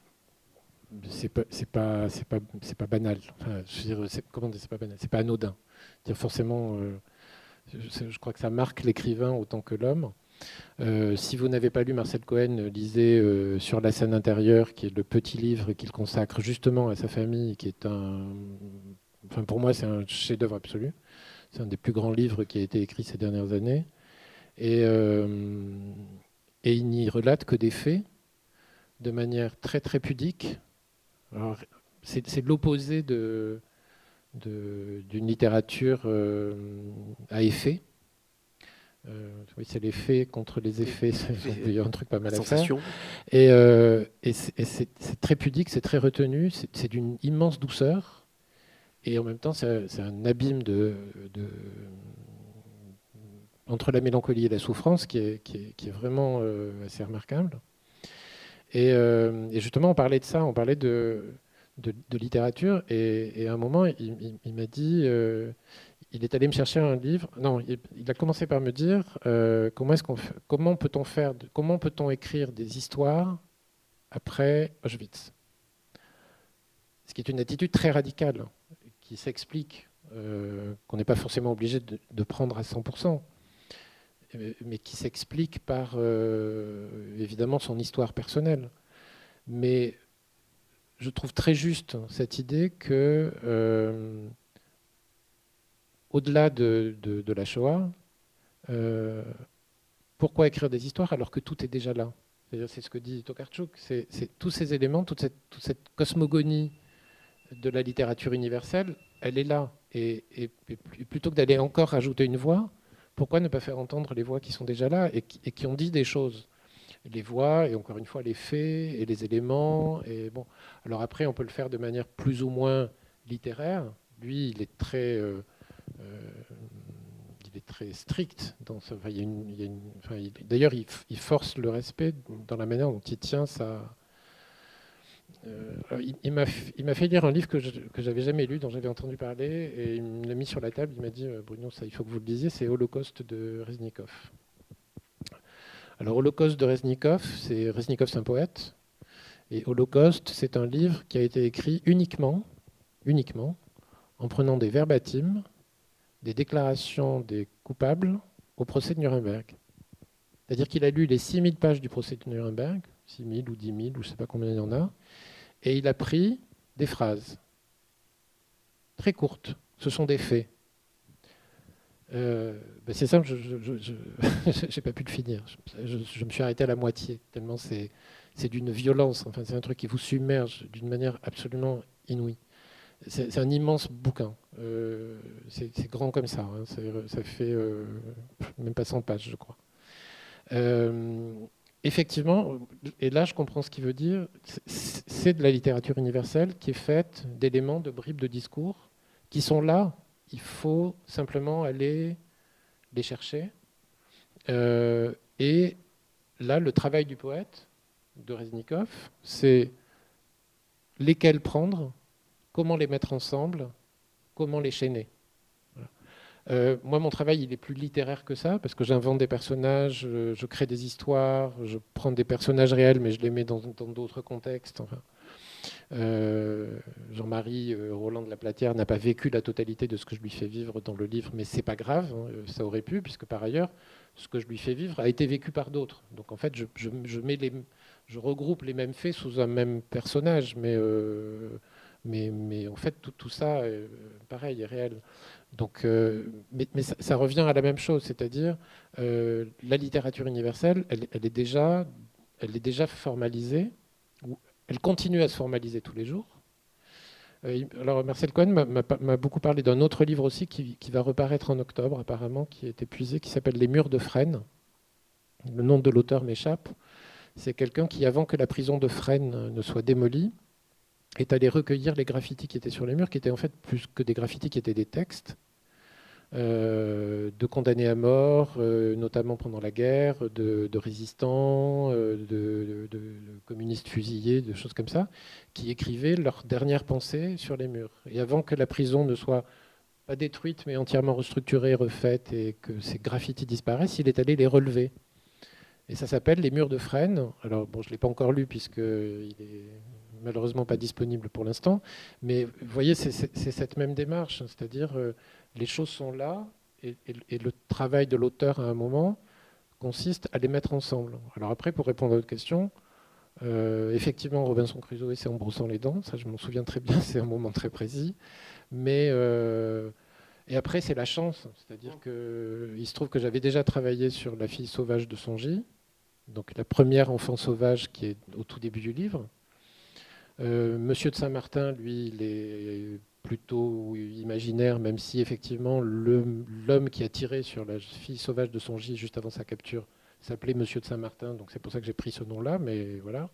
pas banal. Enfin, je veux dire, comment dire, c'est pas banal, c'est pas anodin. Dire forcément, je crois que ça marque l'écrivain autant que l'homme. Si vous n'avez pas lu Marcel Cohen, lisez Sur la scène intérieure, qui est le petit livre qu'il consacre justement à sa famille, qui est enfin pour moi c'est un chef-d'œuvre absolu. C'est un des plus grands livres qui a été écrit ces dernières années. Et il n'y relate que des faits de manière très très pudique. Alors, c'est l'opposé d'une littérature à effet. Oui, c'est les faits contre les effets. Il y a un truc pas mal à faire. Et c'est très pudique, c'est très retenu, c'est d'une immense douceur. Et en même temps, c'est un abîme entre la mélancolie et la souffrance qui est vraiment assez remarquable. Et justement, on parlait de ça, on parlait de littérature. Et à un moment, il m'a dit... il est allé me chercher un livre. Non, il a commencé par me dire comment peut-on écrire des histoires après Auschwitz. Ce qui est une attitude très radicale, qui s'explique, qu'on n'est pas forcément obligé de prendre à 100%, mais qui s'explique par évidemment son histoire personnelle. Mais je trouve très juste cette idée que au-delà de la Shoah, pourquoi écrire des histoires alors que tout est déjà là? C'est-à-dire, c'est ce que dit Tokarczuk, c'est tous ces éléments, toute cette cosmogonie de la littérature universelle, elle est là. Et plutôt que d'aller encore rajouter une voix, pourquoi ne pas faire entendre les voix qui sont déjà là et qui ont dit des choses? Les voix, et encore une fois, les faits et les éléments. Et bon. Alors après, on peut le faire de manière plus ou moins littéraire. Lui, il est très strict dans ce. Enfin, d'ailleurs, il force le respect dans la manière dont il tient sa. Il m'a fait lire un livre que j'avais jamais lu, dont j'avais entendu parler, et il me l'a mis sur la table. Il m'a dit, Bruno, ça, il faut que vous le lisiez. C'est Holocauste de Reznikov. Alors, Holocauste de Reznikov, c'est un poète, et Holocauste, c'est un livre qui a été écrit uniquement, en prenant des verbatims, des déclarations des coupables au procès de Nuremberg. C'est-à-dire qu'il a lu les 6000 pages du procès de Nuremberg, 6000 ou 10 000, ou je ne sais pas combien il y en a, et il a pris des phrases très courtes. Ce sont des faits. C'est simple, je n'ai pas pu le finir. Je me suis arrêté à la moitié, tellement c'est d'une violence. Enfin, c'est un truc qui vous submerge d'une manière absolument inouïe. C'est un immense bouquin. C'est grand comme ça. Hein. Ça fait même pas 100 pages, je crois. Effectivement, et là je comprends ce qu'il veut dire, c'est de la littérature universelle qui est faite d'éléments, de bribes de discours qui sont là. Il faut simplement aller les chercher. Et là, le travail du poète, de Reznikov, c'est lesquels prendre, comment les mettre ensemble, comment les chaîner. Moi, mon travail, il est plus littéraire que ça, parce que j'invente des personnages, je crée des histoires, je prends des personnages réels, mais je les mets dans d'autres contextes. Enfin, Jean-Marie Roland de la Platière n'a pas vécu la totalité de ce que je lui fais vivre dans le livre, mais c'est pas grave, hein, ça aurait pu, puisque par ailleurs, ce que je lui fais vivre a été vécu par d'autres. Donc en fait, je regroupe les mêmes faits sous un même personnage, mais en fait, tout ça, pareil, est réel. Donc, mais ça revient à la même chose, c'est-à-dire la littérature universelle, elle est déjà formalisée, ou elle continue à se formaliser tous les jours. Alors Marcel Cohen m'a beaucoup parlé d'un autre livre aussi qui va reparaître en octobre, apparemment, qui est épuisé, qui s'appelle Les Murs de Fresnes. Le nom de l'auteur m'échappe. C'est quelqu'un qui, avant que la prison de Fresnes ne soit démolie, est allé recueillir les graffitis qui étaient sur les murs, qui étaient en fait plus que des graffitis, qui étaient des textes de condamnés à mort, notamment pendant la guerre, de résistants, de communistes fusillés, de choses comme ça, qui écrivaient leurs dernières pensées sur les murs. Et avant que la prison ne soit pas détruite, mais entièrement restructurée, refaite, et que ces graffitis disparaissent, il est allé les relever. Et ça s'appelle Les Murs de Fresnes. Alors, bon, je ne l'ai pas encore lu, puisqu'il est malheureusement pas disponible pour l'instant. Mais vous voyez, c'est cette même démarche. C'est-à-dire, les choses sont là, et le travail de l'auteur, à un moment, consiste à les mettre ensemble. Alors après, pour répondre à votre question, effectivement, Robinson Crusoe, c'est en brossant les dents. Ça, je m'en souviens très bien. C'est un moment très précis. Mais... et après, c'est la chance. C'est-à-dire qu'il se trouve que j'avais déjà travaillé sur La fille sauvage de Songy, donc la première enfant sauvage qui est au tout début du livre. Monsieur de Saint-Martin, lui, il est plutôt imaginaire, même si effectivement l'homme qui a tiré sur la fille sauvage de Songy juste avant sa capture s'appelait Monsieur de Saint-Martin, donc c'est pour ça que j'ai pris ce nom-là, mais voilà.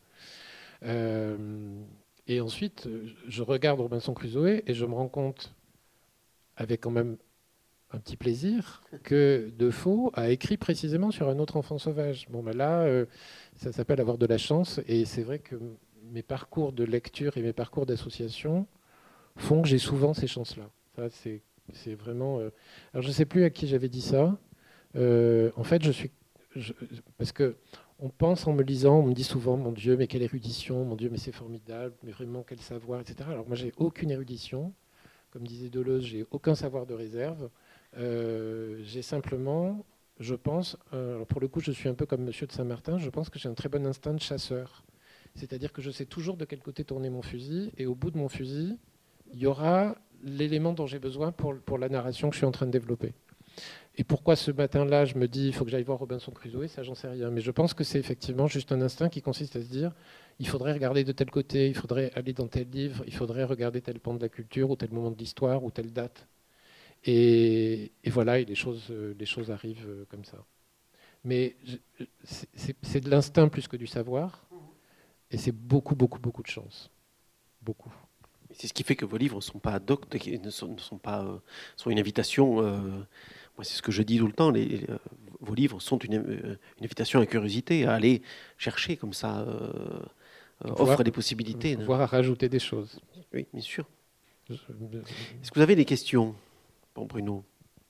Et ensuite, je regarde Robinson Crusoe et je me rends compte, avec quand même un petit plaisir, que Defoe a écrit précisément sur un autre enfant sauvage. Bon, ben là, ça s'appelle avoir de la chance, et c'est vrai que mes parcours de lecture et mes parcours d'association font que j'ai souvent ces chances-là. Ça, c'est vraiment... Alors, je ne sais plus à qui j'avais dit ça. En fait, parce que on pense en me lisant, on me dit souvent, mon Dieu, mais quelle érudition, mon Dieu, mais c'est formidable, mais vraiment quel savoir, etc. Alors moi, j'ai aucune érudition. Comme disait Deleuze, j'ai aucun savoir de réserve. J'ai simplement, je pense, alors pour le coup, je suis un peu comme Monsieur de Saint-Martin, je pense que j'ai un très bon instinct de chasseur. C'est-à-dire que je sais toujours de quel côté tourner mon fusil, et au bout de mon fusil, il y aura l'élément dont j'ai besoin pour la narration que je suis en train de développer. Et pourquoi ce matin-là, je me dis, il faut que j'aille voir Robinson Crusoe, ça, j'en sais rien. Mais je pense que c'est effectivement juste un instinct qui consiste à se dire, il faudrait regarder de tel côté, il faudrait aller dans tel livre, il faudrait regarder tel pan de la culture, ou tel moment de l'histoire, ou telle date. Et voilà, et les choses arrivent comme ça. Mais c'est de l'instinct plus que du savoir, et c'est beaucoup, beaucoup, beaucoup de chance. Beaucoup. C'est ce qui fait que vos livres ne sont pas ad hoc, sont une invitation. Moi, c'est ce que je dis tout le temps. Vos livres sont une invitation à la curiosité, à aller chercher comme ça, offre des possibilités. Voire à rajouter des choses. Oui, bien sûr. Est-ce que vous avez des questions pour Bruno?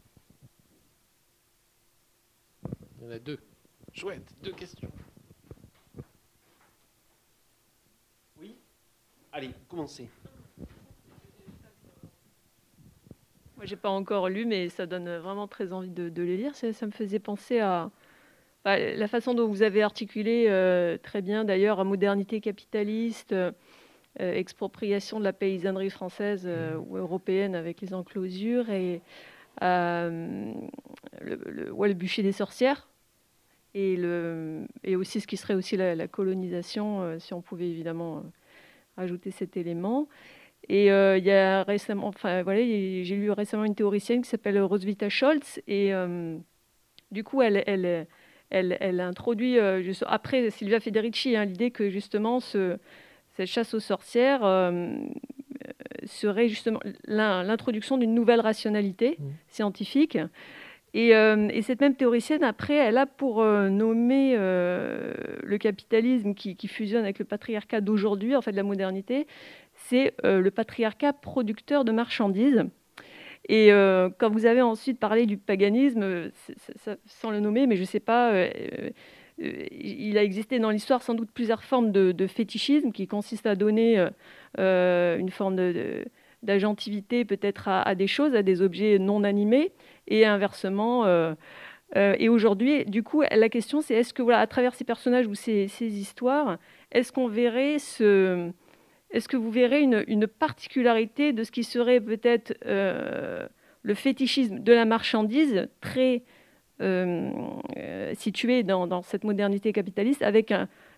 Il y en a deux. Chouette, 2 questions. Oui. Allez, commencez. Moi, j'ai pas encore lu, mais ça donne vraiment très envie de les lire. Ça me faisait penser à la façon dont vous avez articulé très bien, d'ailleurs, à modernité capitaliste, expropriation de la paysannerie française ou européenne avec les enclosures et le bûcher des sorcières et aussi ce qui serait aussi la colonisation, si on pouvait évidemment rajouter cet élément. Et il y a récemment, j'ai lu récemment une théoricienne qui s'appelle Roswitha Scholz et du coup elle introduit après Silvia Federici l'idée que justement cette chasse aux sorcières serait justement l'introduction d'une nouvelle rationalité scientifique. Et cette même théoricienne, après, elle a pour nommer le capitalisme qui fusionne avec le patriarcat d'aujourd'hui, en fait, de la modernité, c'est le patriarcat producteur de marchandises. Et quand vous avez ensuite parlé du paganisme, sans le nommer, mais je ne sais pas, il a existé dans l'histoire sans doute plusieurs formes de fétichisme qui consistent à donner une forme d'agentivité peut-être à des choses, à des objets non animés, et inversement. Et aujourd'hui, du coup, la question c'est est-ce que à travers ces personnages ou ces histoires, est-ce qu'on verrait est-ce que vous verrez une particularité de ce qui serait peut-être le fétichisme de la marchandise très situé dans cette modernité capitaliste avec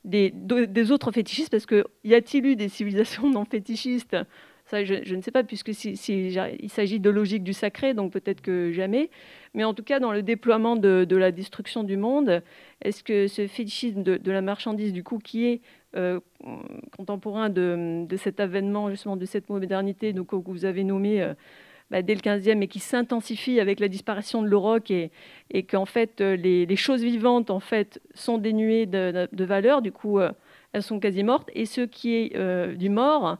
des autres fétichistes, parce que y a-t-il eu des civilisations non fétichistes? Ça, je ne sais pas, puisque il s'agit de logique du sacré, donc peut-être que jamais. Mais en tout cas, dans le déploiement de la destruction du monde, est-ce que ce fétichisme de la marchandise, du coup, qui est contemporain de cet avènement, justement, de cette modernité donc, que vous avez nommé dès le 15e et qui s'intensifie avec la disparition de l'auroch et qu'en fait, les choses vivantes en fait, sont dénuées de valeur, du coup, elles sont quasi mortes, et ce qui est du mort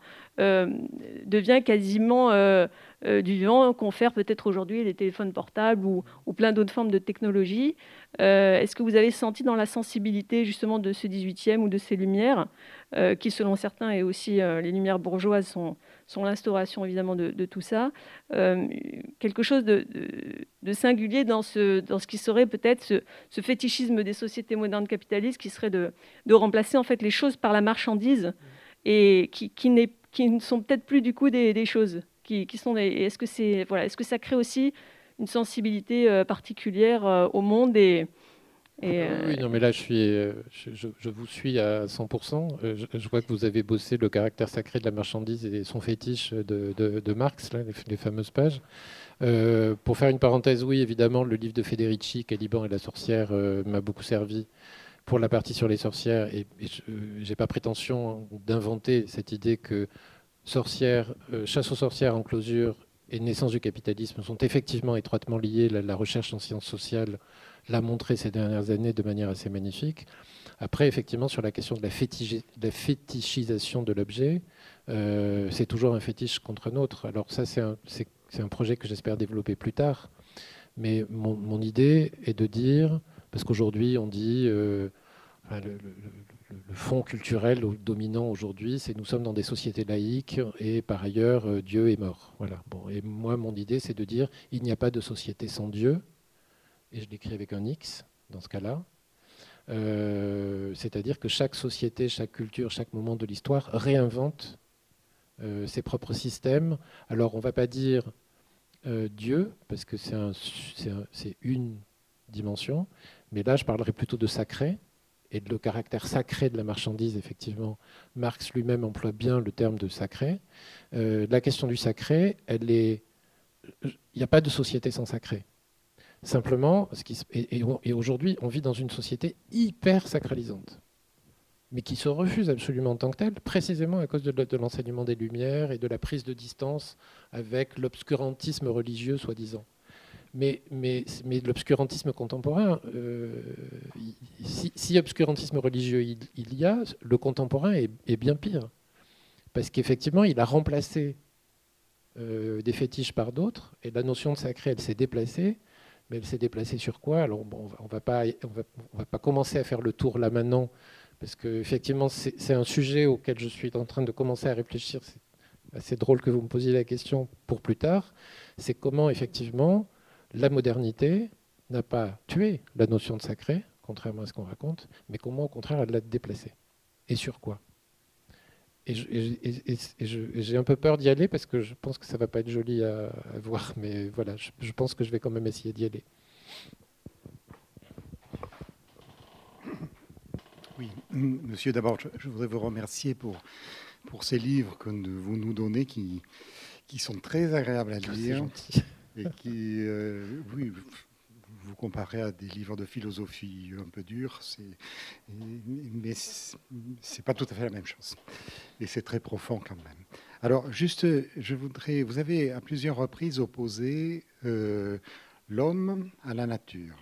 devient quasiment du vivant, confère peut-être aujourd'hui les téléphones portables ou plein d'autres formes de technologies. Est-ce que vous avez senti dans la sensibilité justement de ce 18e ou de ces lumières, qui selon certains et aussi les lumières bourgeoises sont l'instauration évidemment de tout ça, quelque chose de singulier dans ce qui serait peut-être ce fétichisme des sociétés modernes capitalistes qui serait de remplacer en fait les choses par la marchandise et qui ne sont peut-être plus du coup des choses qui sont est-ce que ça crée aussi une sensibilité particulière au monde et Oui, non, mais là, je vous suis à 100%. Je vois que vous avez bossé le caractère sacré de la marchandise et son fétiche de Marx, là, les fameuses pages. Pour faire une parenthèse, oui, évidemment, le livre de Federici, Caliban et la sorcière, m'a beaucoup servi pour la partie sur les sorcières. Et je n'ai pas prétention d'inventer cette idée que chasse aux sorcières, enclosure et naissance du capitalisme sont effectivement étroitement liées. La recherche en sciences sociales l'a montré ces dernières années de manière assez magnifique. Après, effectivement, sur la question de la fétichisation de l'objet, c'est toujours un fétiche contre un autre. Alors ça, c'est un projet que j'espère développer plus tard. Mais mon idée est de dire, parce qu'aujourd'hui, on dit... le fond culturel dominant aujourd'hui, c'est nous sommes dans des sociétés laïques et par ailleurs, Dieu est mort. Voilà. Bon, et moi, mon idée, c'est de dire il n'y a pas de société sans Dieu, et je l'écris avec un X dans ce cas-là. C'est-à-dire que chaque société, chaque culture, chaque moment de l'histoire réinvente ses propres systèmes. Alors, on ne va pas dire Dieu, parce que c'est une dimension, mais là je parlerai plutôt de sacré, et de le caractère sacré de la marchandise, effectivement. Marx lui-même emploie bien le terme de sacré. La question du sacré, il n'y a pas de société sans sacré. Simplement, et aujourd'hui, on vit dans une société hyper sacralisante, mais qui se refuse absolument en tant que telle, précisément à cause de l'enseignement des Lumières et de la prise de distance avec l'obscurantisme religieux, soi-disant. Mais l'obscurantisme contemporain, si obscurantisme religieux il y a, le contemporain est bien pire. Parce qu'effectivement, il a remplacé des fétiches par d'autres, et la notion de sacré, elle s'est déplacée. Mais elle s'est déplacée sur quoi? Alors, bon, on va pas commencer à faire le tour là maintenant, parce qu'effectivement, c'est un sujet auquel je suis en train de commencer à réfléchir. C'est assez drôle que vous me posiez la question pour plus tard. C'est comment, effectivement, la modernité n'a pas tué la notion de sacré, contrairement à ce qu'on raconte, mais comment, au contraire, elle l'a déplacée. Et sur quoi? Et j'ai un peu peur d'y aller parce que je pense que ça ne va pas être joli à voir, mais voilà, je pense que je vais quand même essayer d'y aller. Oui, monsieur, d'abord, je voudrais vous remercier pour ces livres que vous nous donnez qui sont très agréables à lire. C'est gentil. Et qui, oui, vous comparez à des livres de philosophie un peu durs, mais c'est pas tout à fait la même chose. Et c'est très profond quand même. Alors, juste, vous avez à plusieurs reprises opposé l'homme à la nature.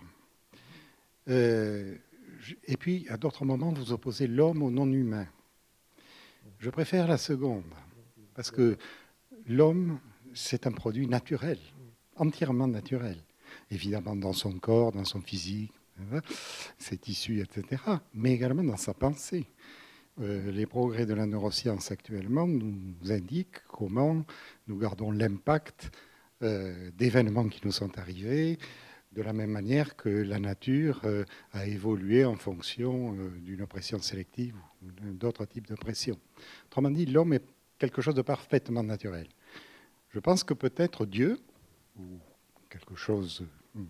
Et puis, à d'autres moments, vous opposez l'homme au non-humain. Je préfère la seconde, parce que l'homme, c'est un produit naturel, entièrement naturel. Évidemment dans son corps, dans son physique, ses tissus, etc., mais également dans sa pensée. Les progrès de la neuroscience actuellement nous indiquent comment nous gardons l'impact d'événements qui nous sont arrivés, de la même manière que la nature a évolué en fonction d'une oppression sélective ou d'autres types d'oppression. Autrement dit, l'homme est quelque chose de parfaitement naturel. Je pense que peut-être Dieu, ou quelque chose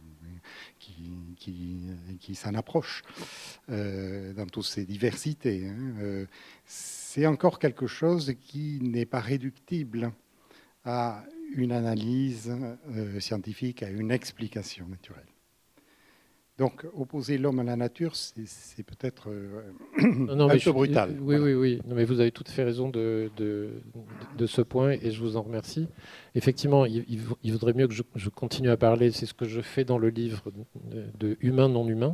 qui s'en approche dans toutes ces diversités, c'est encore quelque chose qui n'est pas réductible à une analyse scientifique, à une explication naturelle. Donc, opposer l'homme à la nature, c'est peut-être un peu brutal. Oui, voilà. Oui. Non, mais vous avez tout à fait raison de ce point, et je vous en remercie. Effectivement, il vaudrait mieux que je continue à parler, c'est ce que je fais dans le livre, de humain-non-humain,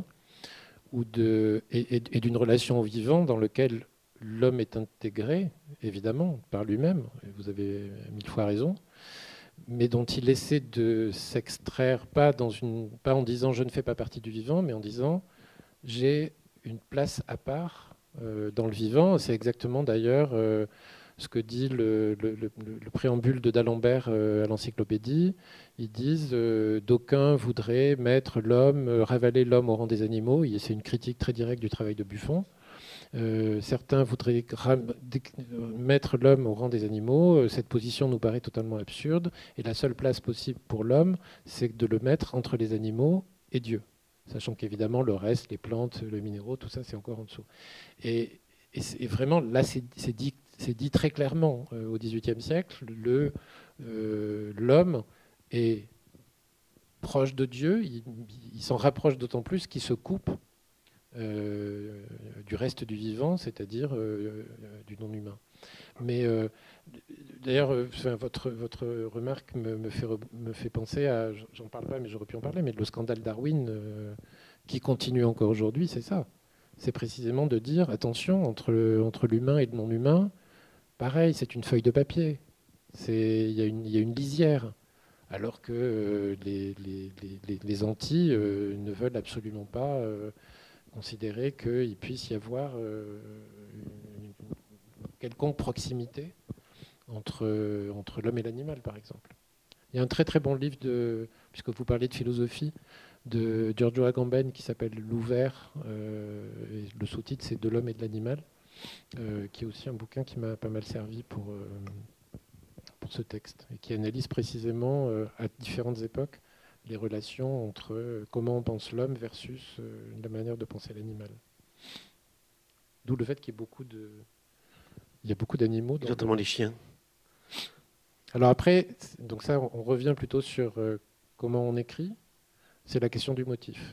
et d'une relation au vivant dans lequel l'homme est intégré, évidemment, par lui-même, et vous avez 1000 fois raison, mais dont il essaie de s'extraire, pas en disant « je ne fais pas partie du vivant », mais en disant « j'ai une place à part dans le vivant ». C'est exactement d'ailleurs ce que dit le préambule de d'Alembert à l'encyclopédie. Ils disent d'aucuns voudraient mettre l'homme, ravaler l'homme au rang des animaux. C'est une critique très directe du travail de Buffon. Certains voudraient mettre l'homme au rang des animaux. Cette position nous paraît totalement absurde. Et la seule place possible pour l'homme, c'est de le mettre entre les animaux et Dieu. Sachant qu'évidemment, le reste, les plantes, les minéraux, tout ça, c'est encore en dessous. Et vraiment, là, c'est dit très clairement au XVIIIe siècle. L'homme est proche de Dieu. Il s'en rapproche d'autant plus qu'il se coupe du reste du vivant, c'est-à-dire du non-humain. Mais d'ailleurs, votre remarque me fait penser à, j'en parle pas, mais j'aurais pu en parler, mais le scandale Darwin qui continue encore aujourd'hui, c'est ça. C'est précisément de dire, attention, entre l'humain et le non-humain, pareil, c'est une feuille de papier. Il y a une lisière. Alors que les Antilles ne veulent absolument pas considérer qu'il puisse y avoir une quelconque proximité entre l'homme et l'animal, par exemple. Il y a un très très bon livre, puisque vous parlez de philosophie, de Giorgio Agamben qui s'appelle L'Ouvert, et le sous-titre c'est De l'homme et de l'animal, qui est aussi un bouquin qui m'a pas mal servi pour pour ce texte, et qui analyse précisément à différentes époques les relations entre comment on pense l'homme versus la manière de penser l'animal. D'où le fait qu'il y a beaucoup d'animaux. Notamment les chiens. Alors après, donc ça, on revient plutôt sur comment on écrit. C'est la question du motif.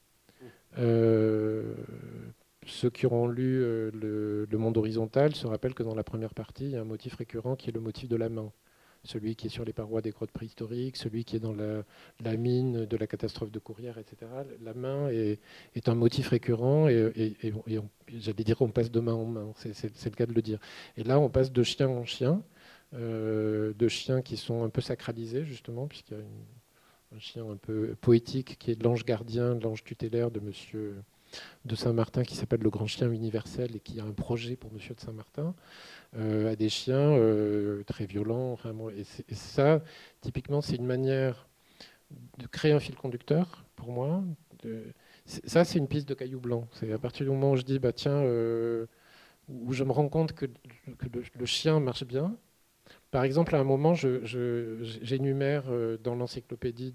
Ceux qui auront lu le Monde horizontal se rappellent que dans la première partie, il y a un motif récurrent qui est le motif de la main. Celui qui est sur les parois des grottes préhistoriques, celui qui est dans la mine de la catastrophe de Courrières, etc. La main est un motif récurrent et j'allais dire on passe de main en main, c'est le cas de le dire. Et là, on passe de chien en chien, de chiens qui sont un peu sacralisés, justement, puisqu'il y a un chien un peu poétique qui est l'ange gardien, l'ange tutélaire de Monsieur de Saint-Martin, qui s'appelle le grand chien universel et qui a un projet pour Monsieur de Saint-Martin, à des chiens très violents. Enfin, et ça, typiquement, c'est une manière de créer un fil conducteur, pour moi. Ça, c'est une piste de caillou blanc. C'est à partir du moment où je dis, bah, tiens, où je me rends compte que le chien marche bien. Par exemple, à un moment, j'énumère dans l'encyclopédie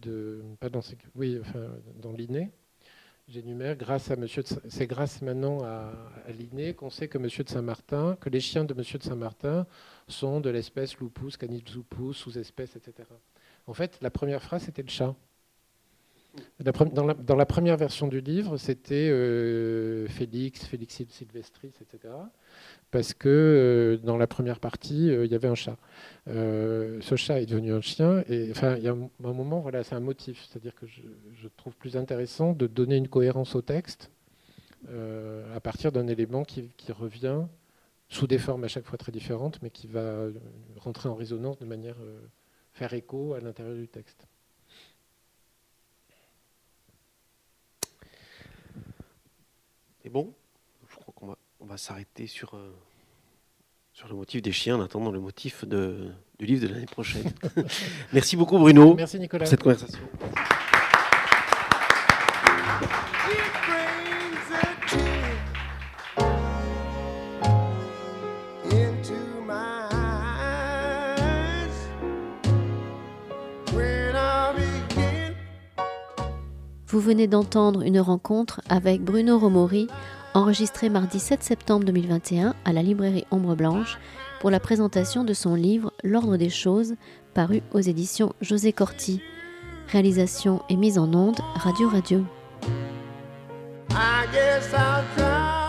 dans Linné, j'énumère grâce à c'est grâce maintenant à Linné qu'on sait que Monsieur de Saint-Martin, que les chiens de Monsieur de Saint-Martin sont de l'espèce Lupus, Canis lupus, sous-espèce, etc. En fait, la première phrase, c'était le chat. Dans la première version du livre, c'était Félix sylvestris, etc. Parce que dans la première partie, il y avait un chat. Ce chat est devenu un chien. Et enfin, il y a un moment, voilà, c'est un motif. C'est-à-dire que je trouve plus intéressant de donner une cohérence au texte à partir d'un élément qui revient sous des formes à chaque fois très différentes, mais qui va rentrer en résonance de manière faire écho à l'intérieur du texte. C'est bon. Je crois qu'on va s'arrêter sur le motif des chiens en attendant le motif du livre de l'année prochaine. Merci beaucoup Bruno. Merci Nicolas. Pour cette conversation. Vous venez d'entendre une rencontre avec Bruno Romori, enregistrée mardi 7 septembre 2021 à la librairie Ombre Blanche pour la présentation de son livre L'Ordre des choses, paru aux éditions José Corti. Réalisation et mise en onde, Radio. I guess I'll try.